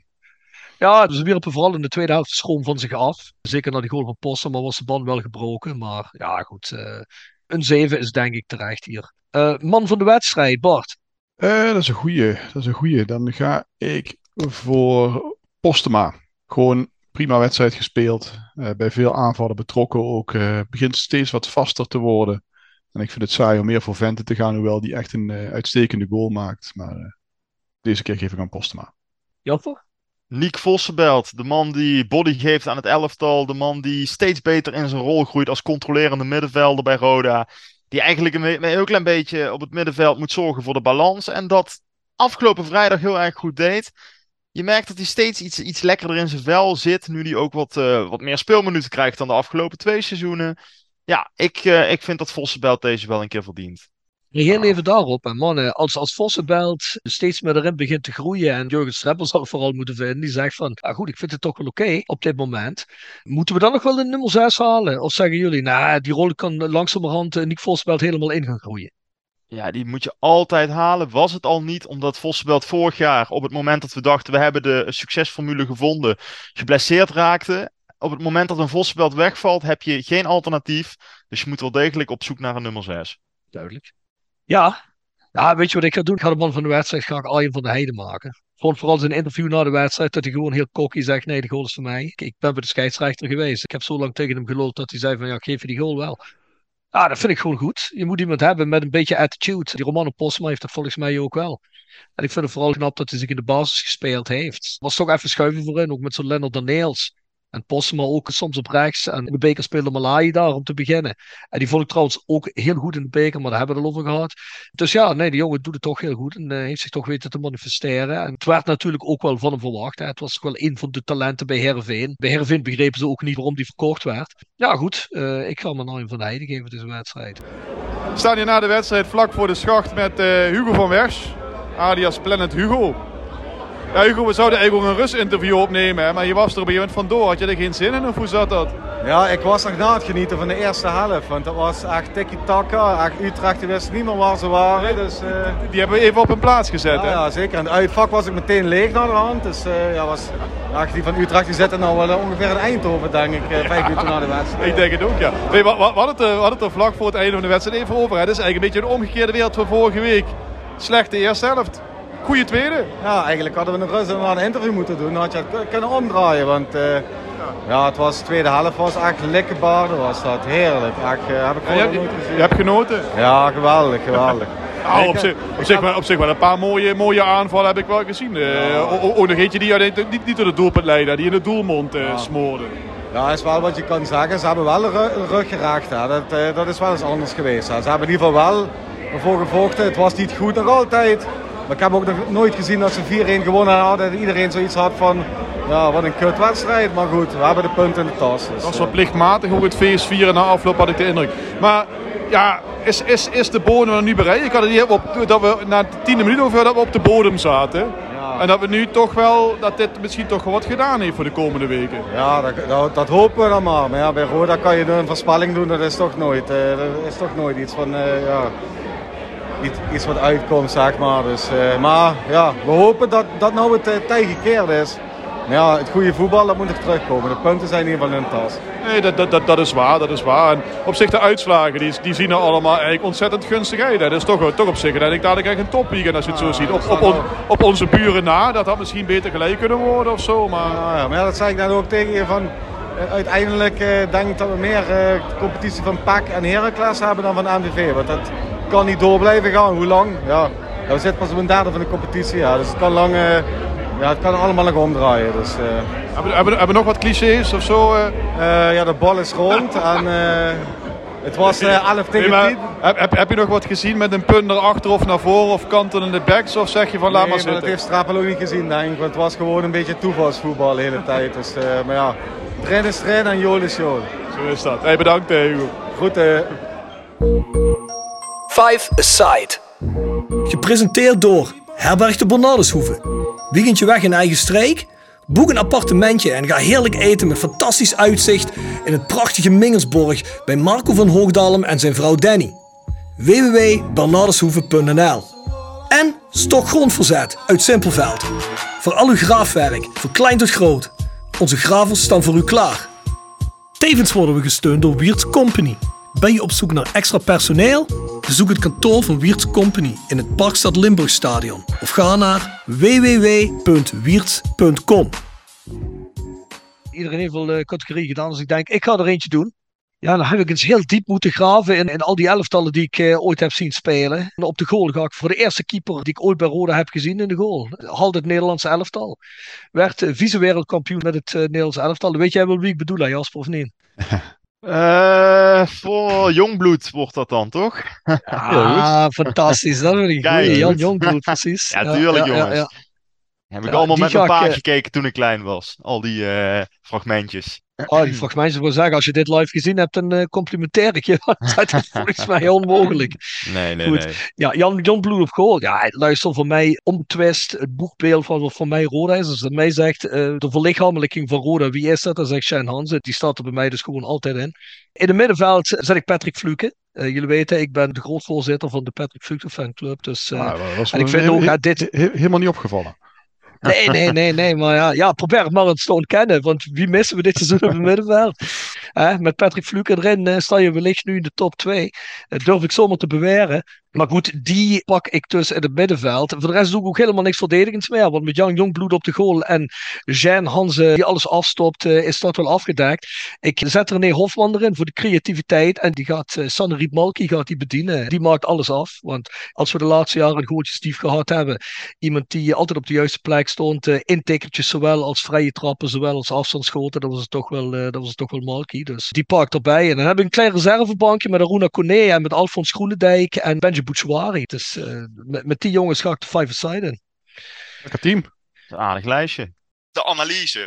Ja, ze wierpen vooral in de tweede helft de schroom van zich af. Zeker na die goal van Posten, maar was de band wel gebroken. Maar ja, goed. Uh, een zeven is denk ik terecht hier. Uh, man van de wedstrijd, Bart. Uh, dat is een goeie. Dat is een goeie. Dan ga ik voor Postema. Gewoon prima wedstrijd gespeeld. Uh, bij veel aanvallen betrokken ook. Uh, begint steeds wat vaster te worden. En ik vind het saai om meer voor Vente te gaan, hoewel die echt een uh, uitstekende goal maakt. Maar uh, deze keer geef ik aan Postema. Jasper? Nick Vossenbelt, de man die body geeft aan het elftal. De man die steeds beter in zijn rol groeit als controlerende middenvelder bij Roda. Die eigenlijk een, een heel klein beetje op het middenveld moet zorgen voor de balans. En dat afgelopen vrijdag heel erg goed deed. Je merkt dat hij steeds iets, iets lekkerder in zijn vel zit. Nu hij ook wat, uh, wat meer speelminuten krijgt dan de afgelopen twee seizoenen. Ja, ik, uh, ik vind dat Vossenbelt deze wel een keer verdient. Heel even daarop, en mannen, als, als Vossenbelt steeds meer erin begint te groeien en Jurgen Streppel zal het vooral moeten vinden, die zegt van, ah goed, ik vind het toch wel oké okay op dit moment. Moeten we dan nog wel een nummer zes halen? Of zeggen jullie, nou, die rol kan langzamerhand uh, Nick Vossenbelt helemaal in gaan groeien? Ja, die moet je altijd halen. Was het al niet, omdat Vossenbelt vorig jaar, op het moment dat we dachten, we hebben de succesformule gevonden, geblesseerd raakte. op het moment dat een Vossenveld wegvalt, heb je geen alternatief. Dus je moet wel degelijk op zoek naar een nummer zes. Duidelijk. Ja. Ja, weet je wat ik ga doen? Ik ga de man van de wedstrijd graag Arjen van der Heijden maken. Ik vond vooral zijn interview na de wedstrijd dat hij gewoon heel cocky zegt, nee, de goal is voor mij. Ik, ik ben bij de scheidsrechter geweest. Ik heb zo lang tegen hem geluld dat hij zei van, ja, ik geef je die goal wel. Ja, dat vind ik gewoon goed. Je moet iemand hebben met een beetje attitude. Die Romano Postma heeft dat volgens mij ook wel. En ik vind het vooral knap dat hij zich in de basis gespeeld heeft. Was toch even schuiven voorin, ook met zo'n Lennart Daneels. En Postma ook soms op rechts. En in de beker speelde Malayi daar om te beginnen. En die vond ik trouwens ook heel goed in de beker, maar daar hebben we het al over gehad. Dus ja, nee, die jongen doet het toch heel goed. En uh, heeft zich toch weten te manifesteren. En het werd natuurlijk ook wel van hem verwacht. Hè. Het was toch wel een van de talenten bij Heerenveen. Bij Heerenveen begrepen ze ook niet waarom die verkocht werd. Ja, goed. Uh, ik ga me Arjen van der Heijden geven deze wedstrijd. We staan hier na de wedstrijd vlak voor de schacht met uh, Hugo van Wersch. Alias Planet Hugo. Ja, Hugo, we zouden eigenlijk ook een rustinterview opnemen, hè? Maar je was er op een gegeven moment vandoor. Had je er geen zin in of hoe zat dat? Ja, ik was nog na het genieten van de eerste helft. Want dat was echt tiki-taka. Echt Utrecht, die wist niet meer waar ze waren. Dus, uh... Die hebben we even op hun plaats gezet, ja, hè? Ja, zeker. En het uitvak was ik meteen leeg naar de hand. Dus uh, ja, was... Ach, die van Utrecht die zitten nou wel uh, ongeveer in Eindhoven, denk ik. Uh, vijf ja, minuten na de wedstrijd. Ik denk het ook, ja. Nee, we, we, hadden het, we hadden het er vlak voor het einde van de wedstrijd even over. Hè? Dat is eigenlijk een beetje de omgekeerde wereld van vorige week. Slechte eerste helft. Goeie tweede. Ja, eigenlijk hadden we een rust en een interview moeten doen. Dan had je het kunnen omdraaien. Want uh, ja. ja, het was de tweede helft was echt likkebaarden was dat. Heerlijk. Echt, uh, heb ik ja, je, nooit gezien. Je hebt genoten? Ja, geweldig, geweldig. Nou, op, zich, op, zich wel, op zich wel een paar mooie, mooie aanvallen heb ik wel gezien. Uh, ook nog eentje die niet, niet door het doelpunt leidde, die in de doelmond uh, ja. smoorde. Ja, dat is wel wat je kan zeggen. Ze hebben wel een rug geraakt. Hè. Dat, uh, dat is wel eens anders geweest. Hè. Ze hebben in ieder geval wel ervoor gevochten. Het was niet goed nog altijd. Maar ik heb ook nog nooit gezien dat ze vier-een gewonnen hadden. Dat iedereen zoiets had van, ja, wat een kutwedstrijd. Maar goed, we hebben de punten in de tas. Dus, dat was wel plichtmatig ook het feest vieren na afloop, had ik de indruk. Maar ja, is, is, is de bodem er nu bereikt? Ik had het hier op, dat we na de tiende minuut over dat we op de bodem zaten. Ja. En dat we nu toch wel, dat dit misschien toch wat gedaan heeft voor de komende weken. Ja, dat, dat, dat hopen we dan maar. Maar ja, bij Roda kan je een voorspelling doen, dat is toch nooit, uh, dat is toch nooit iets van, uh, ja... Iets, iets wat uitkomt, zeg maar. Dus, uh, maar ja, we hopen dat, dat nou het uh, tij gekeerd is. Maar ja, het goede voetbal, dat moet er terugkomen. De punten zijn in ieder geval in de tas. Nee, dat, dat, dat, dat is waar, dat is waar. En op zich de uitslagen, die, die zien er allemaal eigenlijk ontzettend gunstig uit. Dat is toch, toch op zich denk ik dadelijk echt een topweekend als je het ja, zo ziet. Op, op, on, op onze buren na, dat had misschien beter gelijk kunnen worden of zo. Maar, ja, ja, maar ja, dat zei ik net ook tegen je van... Uh, uiteindelijk uh, denk ik dat we meer uh, competitie van P A C en Heracles hebben dan van M V V. Want dat kan niet door blijven gaan. Hoe lang? Ja, we zitten pas op een derde van de competitie. Ja. Dus het kan lang, uh, ja, het kan allemaal nog omdraaien. Dus, uh... hebben, hebben, hebben we nog wat clichés of zo? Uh? Uh, ja, de bal is rond en uh, het was uh, elf tegen nee, tien. Heb, heb, heb je nog wat gezien met een punt erachter of naar voren of kanten in de backs? Of zeg je van laat nee, maar zitten? Dat heeft Strapel ook niet gezien, denk ik. Want het was gewoon een beetje toevalsvoetbal de hele tijd. Dus, uh, maar ja, train is train en jool is jool. Zo is dat. Hey, bedankt Hugo. Goed. Uh... Five Aside. Gepresenteerd door Herberg de Bernardeshoeve. Weekendje weg in eigen streek? Boek een appartementje en ga heerlijk eten met fantastisch uitzicht in het prachtige Mingelsborg bij Marco van Hoogdalem en zijn vrouw Danny. w w w punt bernardeshoeve punt n l. En Stok Grondverzet uit Simpelveld. Voor al uw graafwerk, van klein tot groot. Onze gravels staan voor u klaar. Tevens worden we gesteund door Wiertz Company. Ben je op zoek naar extra personeel? Bezoek het kantoor van Wiertz Company in het Parkstad Limburgstadion of ga naar w w w punt wiertz punt com. Iedereen heeft wel de categorie gedaan, dus ik denk, ik ga er eentje doen. Ja, dan heb ik eens heel diep moeten graven in, in al die elftallen die ik uh, ooit heb zien spelen. En op de goal ga ik voor de eerste keeper die ik ooit bij Roda heb gezien in de goal. Haalde het Nederlandse elftal. Werd uh, vice-wereldkampioen met het uh, Nederlandse elftal. Weet jij wel wie ik bedoel, hè, Jasper, of niet? Uh, voor Jongbloed wordt dat dan, toch? Ah, fantastisch. Dat vind ik goed. Jan Jongbloed, precies. Ja, tuurlijk, ja, jongens. Ja, ja. Heb ik ja, allemaal met mijn pa ik... gekeken toen ik klein was. Al die uh, fragmentjes. Oh, die fragmentjes wil zeggen, als je dit live gezien hebt, dan uh, complimenteer ik je. Dat is volgens mij onmogelijk. Nee, nee, Goed. nee. Ja, Jan Jongbloed op goal. Ja, luister, voor mij omtwist het boekbeeld van wat voor mij Roda is. Als het mij zegt, uh, de verlichamelijking van Roda, wie is dat? Dan zegt Shane Hansen. Die staat er bij mij dus gewoon altijd in. In het middenveld zet ik Patrick Fluke. Uh, jullie weten, ik ben de grootvoorzitter van de Patrick Fluke fanclub. Dus, uh, ah, dat was en ik vind ook, he- uh, dit... he- helemaal niet opgevallen. Nee, nee, nee, nee. Maar ja, ja, probeer het maar eens te ontkennen. Want wie missen we dit seizoen op het middenveld? Eh, met Patrick Fluke erin eh, sta je wellicht nu in de top twee. Dat durf ik zomaar te beweren. Maar goed, die pak ik dus in het middenveld. Voor de rest doe ik ook helemaal niks verdedigends meer. Want met Jan Jongbloed op de goal en Jean Hanze die alles afstopt, uh, is dat wel afgedekt. Ik zet René Hofman erin voor de creativiteit. En die gaat, uh, Sanne Riep Malki gaat die bedienen. Die maakt alles af. Want als we de laatste jaren een gootje Stief gehad hebben. Iemand die altijd op de juiste plek stond. Uh, intikkertjes zowel als vrije trappen, zowel als afstandsschoten. Dat was het toch wel, uh, dat was het toch wel Malki. Dus die pakt erbij. En dan heb ik een klein reservebankje met Aruna Kone en met Alfons Groenendijk en Benji Bouchouari. Dus uh, met, met die jongens ga ik de five-a-side in. Lekker team. Een aardig lijstje. De analyse.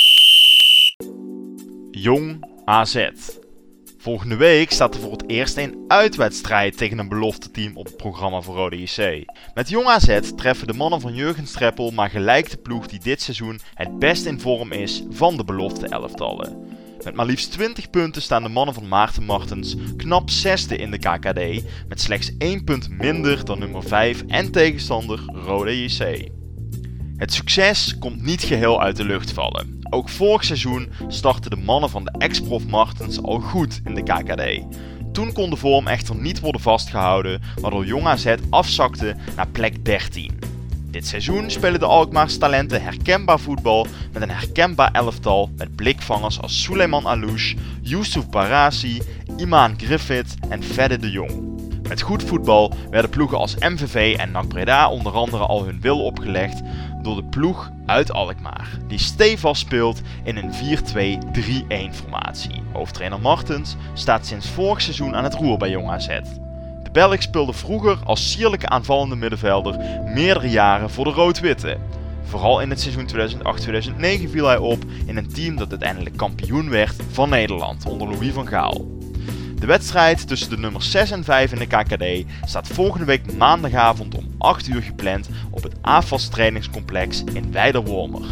Jong A Z. Volgende week staat er voor het eerst een uitwedstrijd tegen een belofte team op het programma voor Rode J C. Met Jong A Z treffen de mannen van Jurgen Streppel maar gelijk de ploeg die dit seizoen het best in vorm is van de belofte elftallen. Met maar liefst twintig punten staan de mannen van Maarten Martens knap zesde in de K K D, met slechts één punt minder dan nummer vijf en tegenstander Rode J C. Het succes komt niet geheel uit de lucht vallen. Ook vorig seizoen startten de mannen van de ex-prof Martens al goed in de K K D. Toen kon de vorm echter niet worden vastgehouden, waardoor Jong A Z afzakte naar plek dertien. Dit seizoen spelen de Alkmaars talenten herkenbaar voetbal met een herkenbaar elftal met blikvangers als Suleiman Alouche, Yusuf Barasi, Imaan Griffith en Fedde de Jong. Met goed voetbal werden ploegen als M V V en N A C Breda onder andere al hun wil opgelegd door de ploeg uit Alkmaar, die stevast speelt in een vier twee drie een formatie. Hoofdtrainer Martens staat sinds vorig seizoen aan het roer bij Jong A Z. De Belg speelde vroeger als sierlijke aanvallende middenvelder meerdere jaren voor de Rood-Witte. Vooral in het seizoen tweeduizend acht tweeduizend negen viel hij op in een team dat uiteindelijk kampioen werd van Nederland onder Louis van Gaal. De wedstrijd tussen de nummers zes en vijf in de K K D staat volgende week maandagavond om acht uur gepland op het A F A S trainingscomplex in Weiderwormer.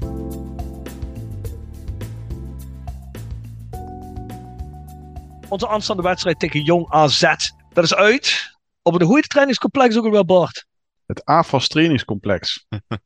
Onze aanstaande wedstrijd tegen Jong A Z. Dat is uit. Op een goede trainingscomplex ook wel, Bart. Het A F A S trainingscomplex.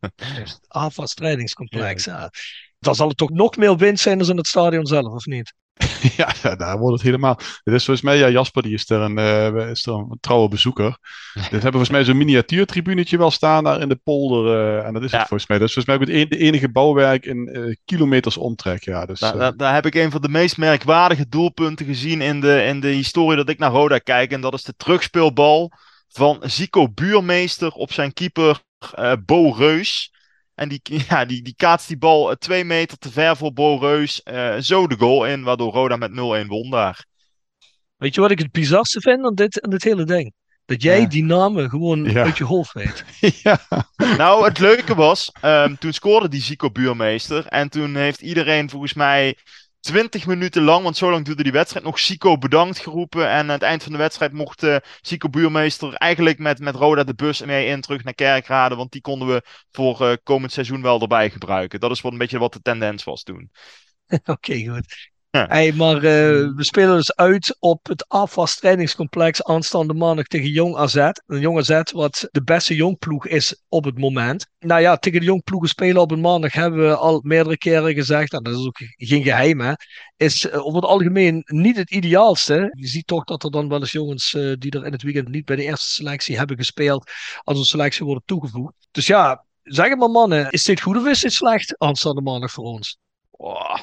A F A S trainingscomplex, ja. ja. Dan zal het toch nog meer wind zijn dan in het stadion zelf, of niet? Ja, ja, daar wordt het helemaal. Dit is volgens mij, ja, Jasper die is er een, uh, is er een trouwe bezoeker. Dit hebben volgens mij zo'n miniatuurtribunetje wel staan daar in de polder. Uh, en dat is ja. het volgens mij. Dat is volgens mij ook het enige bouwwerk in uh, kilometers omtrek. Ja, dus, daar, uh... daar, daar heb ik een van de meest merkwaardige doelpunten gezien in de, in de historie dat ik naar Roda kijk. En dat is de terugspeelbal van Zico Buurmeester op zijn keeper uh, Bo Reus. En die, ja, die, die kaatst die bal uh, twee meter te ver voor Bo Reus. Uh, zo de goal in, waardoor Roda met nul een won daar. Weet je wat ik het bizarste vind aan dit, aan dit hele ding? Dat jij ja. die namen gewoon ja. uit je hoofd weet. Ja. Nou, het leuke was, um, toen scoorde die Zico Buurmeester. En toen heeft iedereen volgens mij twintig minuten lang, want zo lang duurde die wedstrijd, nog Zico bedankt geroepen. En aan het eind van de wedstrijd mocht uh, Zico Buurmeester eigenlijk met, met Roda de bus mee in terug naar Kerkrade. Want die konden we voor uh, komend seizoen wel erbij gebruiken. Dat is wel een beetje wat de tendens was toen. Oké, okay, goed. Ja. Hey, maar uh, we spelen dus uit op het A F A S trainingscomplex aanstaande maandag tegen Jong A Z. Een Jong A Z wat de beste jongploeg is op het moment. Nou ja, tegen de jongploegen spelen op een maandag hebben we al meerdere keren gezegd, en dat is ook geen geheim, hè, is uh, over het algemeen niet het ideaalste. Je ziet toch dat er dan wel eens jongens uh, die er in het weekend niet bij de eerste selectie hebben gespeeld, als een selectie worden toegevoegd. Dus ja, zeg het maar mannen, is dit goed of is dit slecht aanstaande maandag voor ons? Oh.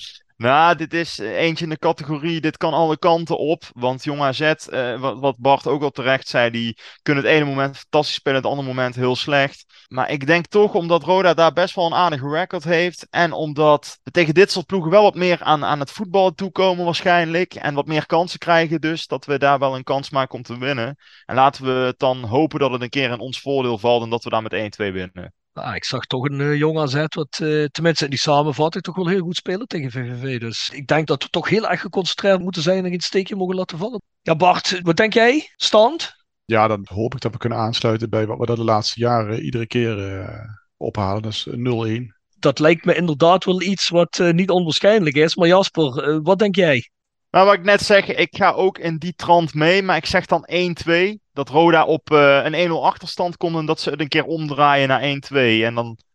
Nou, dit is eentje in de categorie, dit kan alle kanten op. Want Jong A Z, uh, wat, wat Bart ook al terecht zei, die kunnen het ene moment fantastisch spelen, het andere moment heel slecht. Maar ik denk toch, omdat Roda daar best wel een aardige record heeft. En omdat we tegen dit soort ploegen wel wat meer aan, aan het voetballen toekomen waarschijnlijk. En wat meer kansen krijgen dus, dat we daar wel een kans maken om te winnen. En laten we het dan hopen dat het een keer in ons voordeel valt en dat we daar met één twee winnen. Nou, ik zag toch een uh, Jong A Z wat, uh, tenminste in die samenvatting, toch wel heel goed spelen tegen V V V. Dus ik denk dat we toch heel erg geconcentreerd moeten zijn en geen steekje mogen laten vallen. Ja, Bart, wat denk jij? Stand? Ja, dan hoop ik dat we kunnen aansluiten bij wat we de laatste jaren iedere keer uh, ophalen. Dat is nul een. Dat lijkt me inderdaad wel iets wat uh, niet onwaarschijnlijk is. Maar Jasper, uh, wat denk jij? Nou, wat ik net zeg, ik ga ook in die trant mee, maar ik zeg dan één twee. Dat Roda op uh, een één nul achterstand komt en dat ze het een keer omdraaien naar één twee. En dan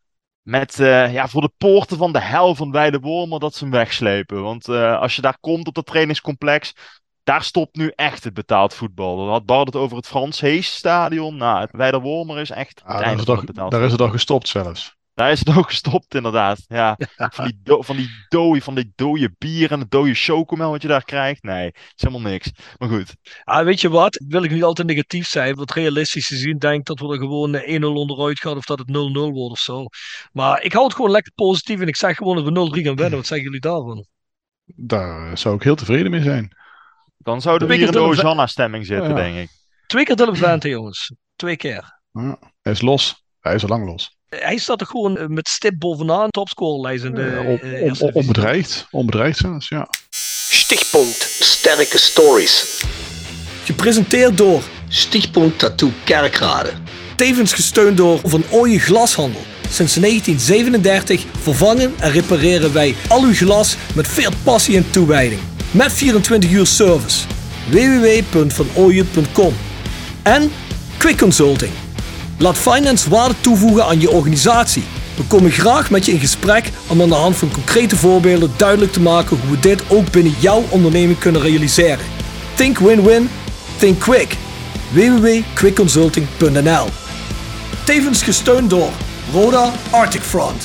met uh, ja, voor de poorten van de hel van Weidewormer dat ze hem wegslepen. Want uh, als je daar komt op dat trainingscomplex, daar stopt nu echt het betaald voetbal. Dan had Bart het over het Frans Hees-stadion. Nou, het Weidewormer is echt Ah, het daar, einde is van het het al, betaald daar is het voetbal. al gestopt zelfs. Daar is het ook gestopt, inderdaad. Ja, Ja. van die, do- van die dode, van die dode bier en het dode chocomel wat je daar krijgt. Nee, het is helemaal niks. Maar goed. Ah, weet je wat? Wil ik niet altijd negatief zijn. Want realistisch gezien denk ik dat we er gewoon één nul onderuit gaan. Of dat het nul nul wordt of zo. Maar ik hou het gewoon lekker positief. En ik zeg gewoon dat we nul drie gaan winnen. Wat zeggen jullie daarvan? Daar zou ik heel tevreden mee zijn. Dan zouden we Twee hier in de keer Dylan Hosanna-stemming zitten, Ja. denk ik. Twee keer Dylan Vente, jongens. Twee keer. Ja, hij is los. Hij is al lang los. Hij staat er gewoon eh, met stip bovenaan. Topscorerlijst in de Ja, on- eh, on- eerste on- divisie. onbedreigd. Onbedreigd zelfs, ja. Stichtpunt Sterke Stories. Gepresenteerd door Stichtpunt Tattoo Kerkrade. tevens gesteund door Van Ooyen Glashandel. Sinds negentien zevenendertig vervangen en repareren wij al uw glas met veel passie en toewijding. Met vierentwintig uur service. w w w punt van ooyen punt com. En Quick Consulting. Laat finance waarde toevoegen aan je organisatie. We komen graag met je in gesprek om aan de hand van concrete voorbeelden duidelijk te maken hoe we dit ook binnen jouw onderneming kunnen realiseren. Think win-win, think quick. w w w punt quick consulting punt n l. Tevens gesteund door Roda Arctic Front.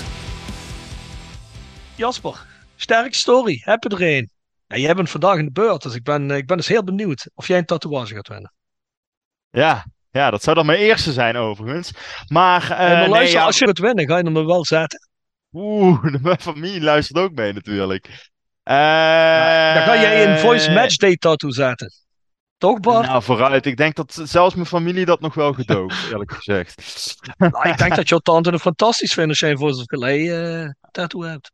Jasper, sterke story. Heb je er een? Ja, jij bent vandaag in de beurt. Dus ik ben, ik ben dus heel benieuwd of jij een tatoeage gaat winnen. Ja, ja, dat zou dan mijn eerste zijn overigens. Maar, uh, En maar nee, luister, ja, als je gaat winnen, ga je hem er wel zetten. Oeh, mijn familie luistert ook mee natuurlijk. Uh, Dan ga jij een voice matchday tattoo zetten. Toch, Bart? Nou, vooruit. Ik denk dat zelfs mijn familie dat nog wel gedoogt, eerlijk gezegd. Nou, ik denk dat jouw tante het fantastisch vindt als jij een voice of Calais uh, tattoo hebt.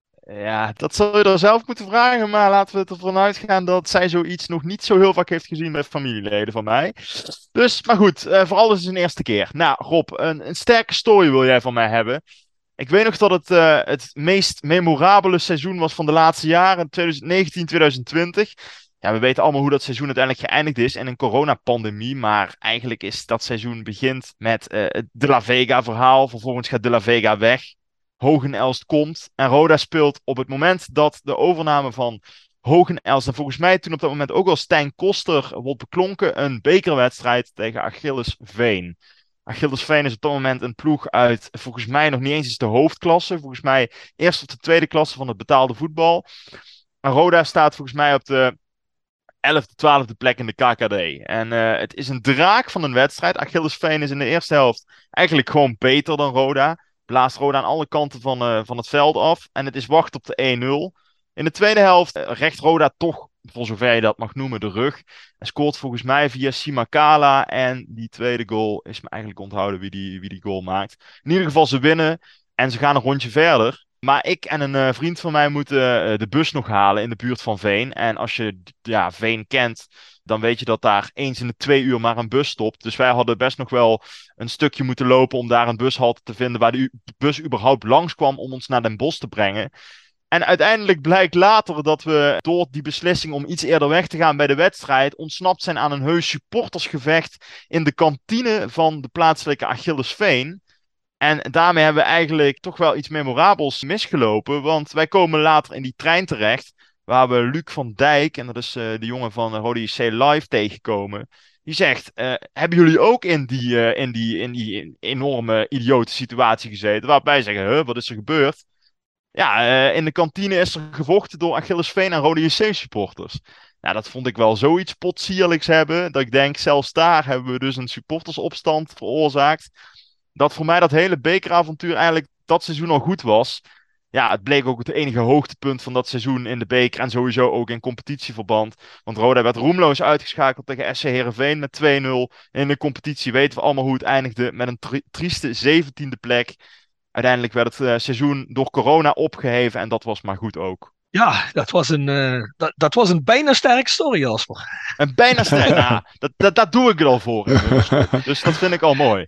Ja, dat zal je dan zelf moeten vragen, maar laten we ervan uitgaan dat zij zoiets nog niet zo heel vaak heeft gezien met familieleden van mij. Dus, maar goed, uh, vooral is het een eerste keer. Nou, Rob, een, een sterke story wil jij van mij hebben. Ik weet nog dat het uh, het meest memorabele seizoen was van de laatste jaren, twintig negentien twintig twintig. Ja, we weten allemaal hoe dat seizoen uiteindelijk geëindigd is in een coronapandemie, maar eigenlijk is dat seizoen begint met uh, het De La Vega verhaal. Vervolgens gaat De La Vega weg. Hogenelst komt en Roda speelt op het moment dat de overname van Hogenelst en volgens mij toen op dat moment ook al Stijn Koster wordt beklonken, een bekerwedstrijd tegen Achillesveen. Achillesveen is op dat moment een ploeg uit volgens mij nog niet eens eens de hoofdklasse, volgens mij eerst op de tweede klasse van het betaalde voetbal. En Roda staat volgens mij op de elfde, twaalfde plek in de K K D. En uh, het is een draak van een wedstrijd. Achillesveen is in de eerste helft eigenlijk gewoon beter dan Roda. Blaast Roda aan alle kanten van, uh, van het veld af. En het is wachten op de één nul. In de tweede helft uh, recht Roda toch, voor zover je dat mag noemen, de rug. En scoort volgens mij via Simakala. En die tweede goal is me eigenlijk onthouden wie die, wie die goal maakt. In ieder geval, ze winnen. En ze gaan een rondje verder. Maar ik en een uh, vriend van mij moeten uh, de bus nog halen in de buurt van Veen. En als je ja, Veen kent, dan weet je dat daar eens in de twee uur maar een bus stopt. Dus wij hadden best nog wel een stukje moeten lopen om daar een bushalte te vinden waar de u- bus überhaupt langskwam om ons naar Den Bosch te brengen. En uiteindelijk blijkt later dat we door die beslissing om iets eerder weg te gaan bij de wedstrijd ontsnapt zijn aan een heus supportersgevecht in de kantine van de plaatselijke Achillesveen. En daarmee hebben we eigenlijk toch wel iets memorabels misgelopen, want wij komen later in die trein terecht waar we Luc van Dijk, en dat is uh, de jongen van Roda J C Live, tegenkomen. Die zegt, uh, hebben jullie ook in die, uh, in die, in die enorme idiote situatie gezeten? Waarbij wij zeggen, huh, wat is er gebeurd? Ja, uh, in de kantine is er gevochten door Achillesveen en Roda J C supporters. Nou, dat vond ik wel zoiets potsierlijks hebben, dat ik denk, zelfs daar hebben we dus een supportersopstand veroorzaakt. Dat voor mij dat hele bekeravontuur eigenlijk dat seizoen al goed was. Ja, het bleek ook het enige hoogtepunt van dat seizoen in de beker en sowieso ook in competitieverband. Want Roda werd roemloos uitgeschakeld tegen S C Heerenveen met twee nul. In de competitie weten we allemaal hoe het eindigde met een tri- trieste zeventiende plek. Uiteindelijk werd het uh, seizoen door corona opgeheven en dat was maar goed ook. Ja, dat was een, uh, dat, dat was een bijna sterke story, Jasper. Een bijna sterk, nou, dat, dat, dat doe ik er al voor. Dus dat vind ik al mooi.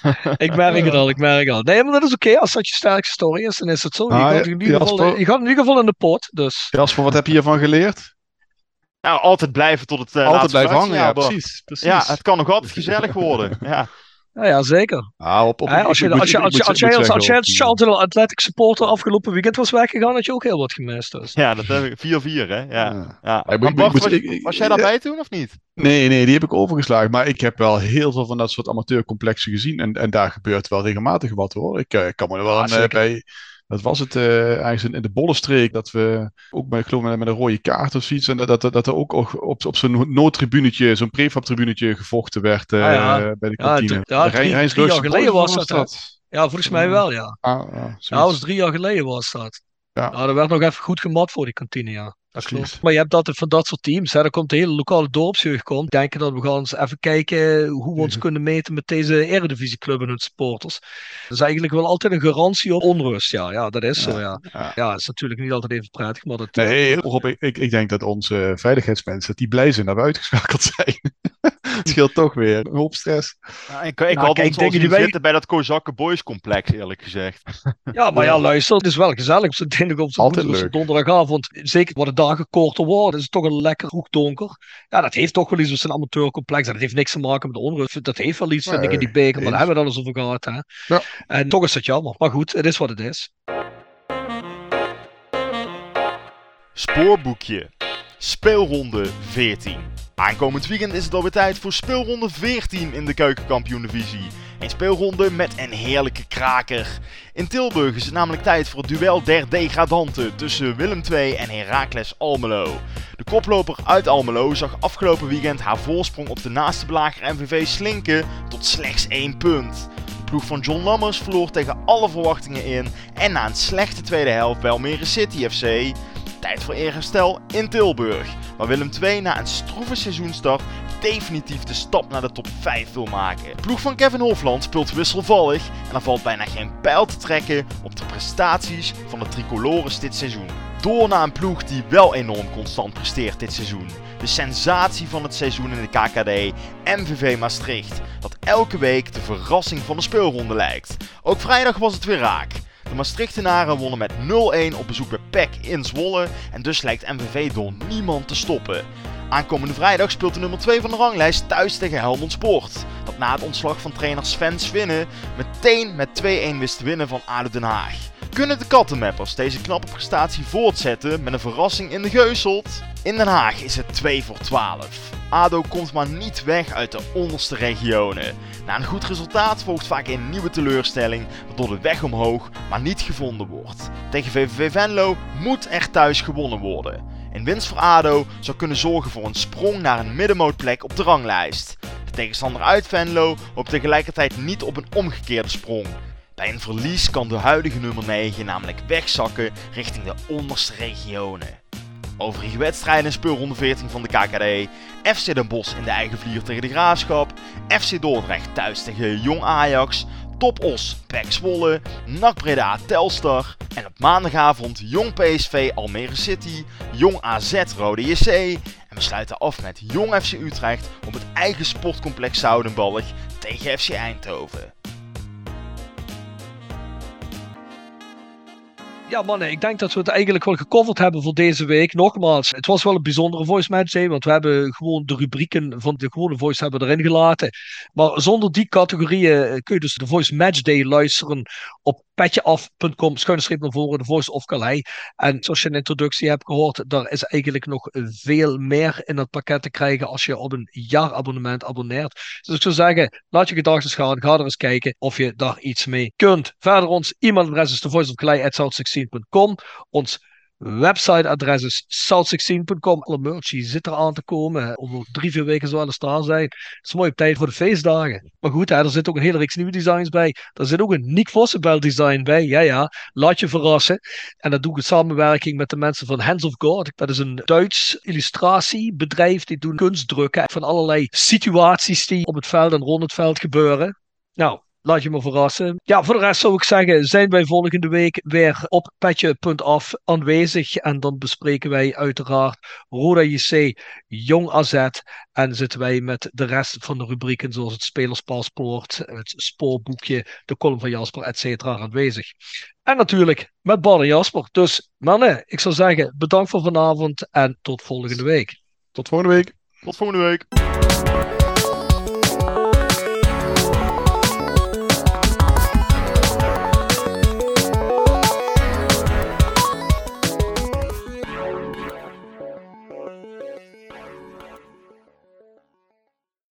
Ik merk het al, ik merk het al. Nee, maar dat is oké. Okay. Als dat je sterkste story is, dan is het zo. Je, Ah, gaat, in ieder geval, Jasper, je gaat in ieder geval in de pot. Dus. Jasper, wat heb je hiervan geleerd? Nou, altijd blijven tot het uh, Altijd laatste blijven hangen, ja, maar, precies, precies. Ja, het kan nog altijd gezellig worden. Ja. Ja, ja zeker. Ah, op, op, Hè, als, je, ik moet- als, je, ik als, je, moet- als ik moet jij als, zeggen, als jij op als die- Charlton Athletic supporter afgelopen weekend was weggegaan, had je ook heel wat gemist. Dus. Ja, dat heb ik. vier vier, hè? Ja. Ja. ja. Ik moet- Maar ik Bart, moet- was, ik- ik- was jij daarbij toen of niet? Nee, nee, die heb ik overgeslagen. Maar ik heb wel heel veel van dat soort amateurcomplexen gezien. En, en daar gebeurt wel regelmatig wat hoor. Ik, eh, ik kan me er wel Ja, aan eh, zeker. bij. Dat was het uh, eigenlijk in, in de Bollenstreek. Dat we ook met, ik geloof met, met een rode kaart of zoiets. En dat, dat, dat er ook op, op zo'n noodtribunetje, zo'n prefab-tribunetje gevochten werd uh, Ah, ja. bij de Ja, kantine. d- ja, De drie- Rijn- Rijns drie jaar Lutse geleden Boys, was dat, Ja, volgens mij wel, ja. Ah, ah, Ja, dat zoiets. was drie jaar geleden was dat. Ja. Ja, dat werd nog even goed gemat voor die kantine, ja. Dat Precies. klopt. Maar je hebt dat van dat soort teams. Hè. Dan komt de hele lokale dorpsjeugd komt. Denken dat we gaan eens even kijken hoe we ons Mhm. kunnen meten met deze eredivisieclub en hun supporters. Dat is eigenlijk wel altijd een garantie op onrust. Ja, ja dat is zo, ja. Ja. Ja, het is natuurlijk niet altijd even prettig, maar dat... Nee, Rob, ik, ik, ik denk dat onze veiligheidsmensen die blij zijn dat we uitgeschakeld zijn. Het scheelt toch weer een hoop stress. Ja, ik ik Nou, had kijk, ons dingen al zien die wij- zitten bij dat Kozakken Boys complex, eerlijk gezegd. Ja, maar ja, luister, het is wel gezellig op zo'n dinsdag op zo'n Altijd woensdag, op zo'n leuk. donderdagavond. Zeker waar de dagen korter worden, is het toch een lekker vroeg donker. Ja, dat heeft toch wel iets met zijn amateurcomplex. Dat heeft niks te maken met de onrust. Dat heeft wel iets, vind ik, in die beker, maar daar hebben we het al eens over gehad. Hè. Ja. En toch is het jammer. Maar goed, het is wat het is. Spoorboekje. Speelronde veertien. Aankomend weekend is het alweer tijd voor speelronde veertien in de Keukenkampioen-divisie. Een speelronde met een heerlijke kraker. In Tilburg is het namelijk tijd voor het duel der degradanten tussen Willem twee en Heracles Almelo. De koploper uit Almelo zag afgelopen weekend haar voorsprong op de naaste belager M V V slinken tot slechts één punt. De ploeg van John Lammers verloor tegen alle verwachtingen in en na een slechte tweede helft bij Almere City F C... Tijd voor eerherstel in Tilburg, waar Willem twee na een stroeve seizoenstart definitief de stap naar de top vijf wil maken. De ploeg van Kevin Hofland speelt wisselvallig en er valt bijna geen pijl te trekken op de prestaties van de tricolores dit seizoen. Door naar een ploeg die wel enorm constant presteert dit seizoen. De sensatie van het seizoen in de K K D, M V V Maastricht, dat elke week de verrassing van de speelronde lijkt. Ook vrijdag was het weer raak. De Maastrichtenaren wonnen met nul-een op bezoek bij P E C in Zwolle en dus lijkt M V V door niemand te stoppen. Aankomende vrijdag speelt de nummer twee van de ranglijst thuis tegen Helmond Sport, dat na het ontslag van trainer Sven Swinnen meteen met twee-een wist te winnen van A D O Den Haag. Kunnen de Kattenmappers deze knappe prestatie voortzetten met een verrassing in de Geuselt? In Den Haag is het twee voor twaalf. A D O komt maar niet weg uit de onderste regionen. Na een goed resultaat volgt vaak een nieuwe teleurstelling, waardoor de weg omhoog maar niet gevonden wordt. Tegen V V V Venlo moet er thuis gewonnen worden. Een winst voor A D O zou kunnen zorgen voor een sprong naar een middenmootplek op de ranglijst. De tegenstander uit Venlo hoopt tegelijkertijd niet op een omgekeerde sprong. Bij een verlies kan de huidige nummer negen namelijk wegzakken richting de onderste regionen. Overige wedstrijden in speelronde veertien van de K K D. F C Den Bosch in de eigen vlier tegen de Graafschap. F C Dordrecht thuis tegen Jong Ajax. Top Os, P E C Zwolle. N A C Breda Telstar. En op maandagavond Jong P S V Almere City. Jong A Z Rode J C. En we sluiten af met Jong F C Utrecht op het eigen sportcomplex Zoudenballig tegen F C Eindhoven. Ja, mannen, ik denk dat we het eigenlijk wel gecoverd hebben voor deze week. Nogmaals, het was wel een bijzondere Voice Match Day, want we hebben gewoon de rubrieken van de gewone Voice hebben erin gelaten. Maar zonder die categorieën kun je dus de Voice Match Day luisteren op petjeaf punt com, schuine streep naar voren, de Voice of Calais. En zoals je in de introductie hebt gehoord, daar is eigenlijk nog veel meer in het pakket te krijgen als je op een jaarabonnement abonneert. Dus ik zou zeggen, laat je gedachten gaan, ga er eens kijken of je daar iets mee kunt. Verder ons e-mailadres is thevoiceofcalais at south sixteen punt com. Ons websiteadres is south sixteen punt com. Alle merch die zit er aan te komen. Over drie, vier weken zal alles daar zijn. Het is mooi op tijd voor de feestdagen. Maar goed, hè, er zit ook een hele reeks nieuwe designs bij. Er zit ook een Nick Vossenbel design bij. Ja, ja. Laat je verrassen. En dat doe ik in samenwerking met de mensen van Hands of God. Dat is een Duits illustratiebedrijf. Die doen kunstdrukken van allerlei situaties die op het veld en rond het veld gebeuren. Nou, laat je me verrassen. Ja, voor de rest zou ik zeggen, zijn wij volgende week weer op petje punt af aanwezig. En dan bespreken wij uiteraard Roda J C, Jong A Z. En zitten wij met de rest van de rubrieken, zoals het spelerspaspoort, het spoorboekje, de column van Jasper, et cetera aanwezig. En natuurlijk met Bart en Jasper. Dus mannen, ik zou zeggen, bedankt voor vanavond en tot volgende week. Tot volgende week. Tot volgende week.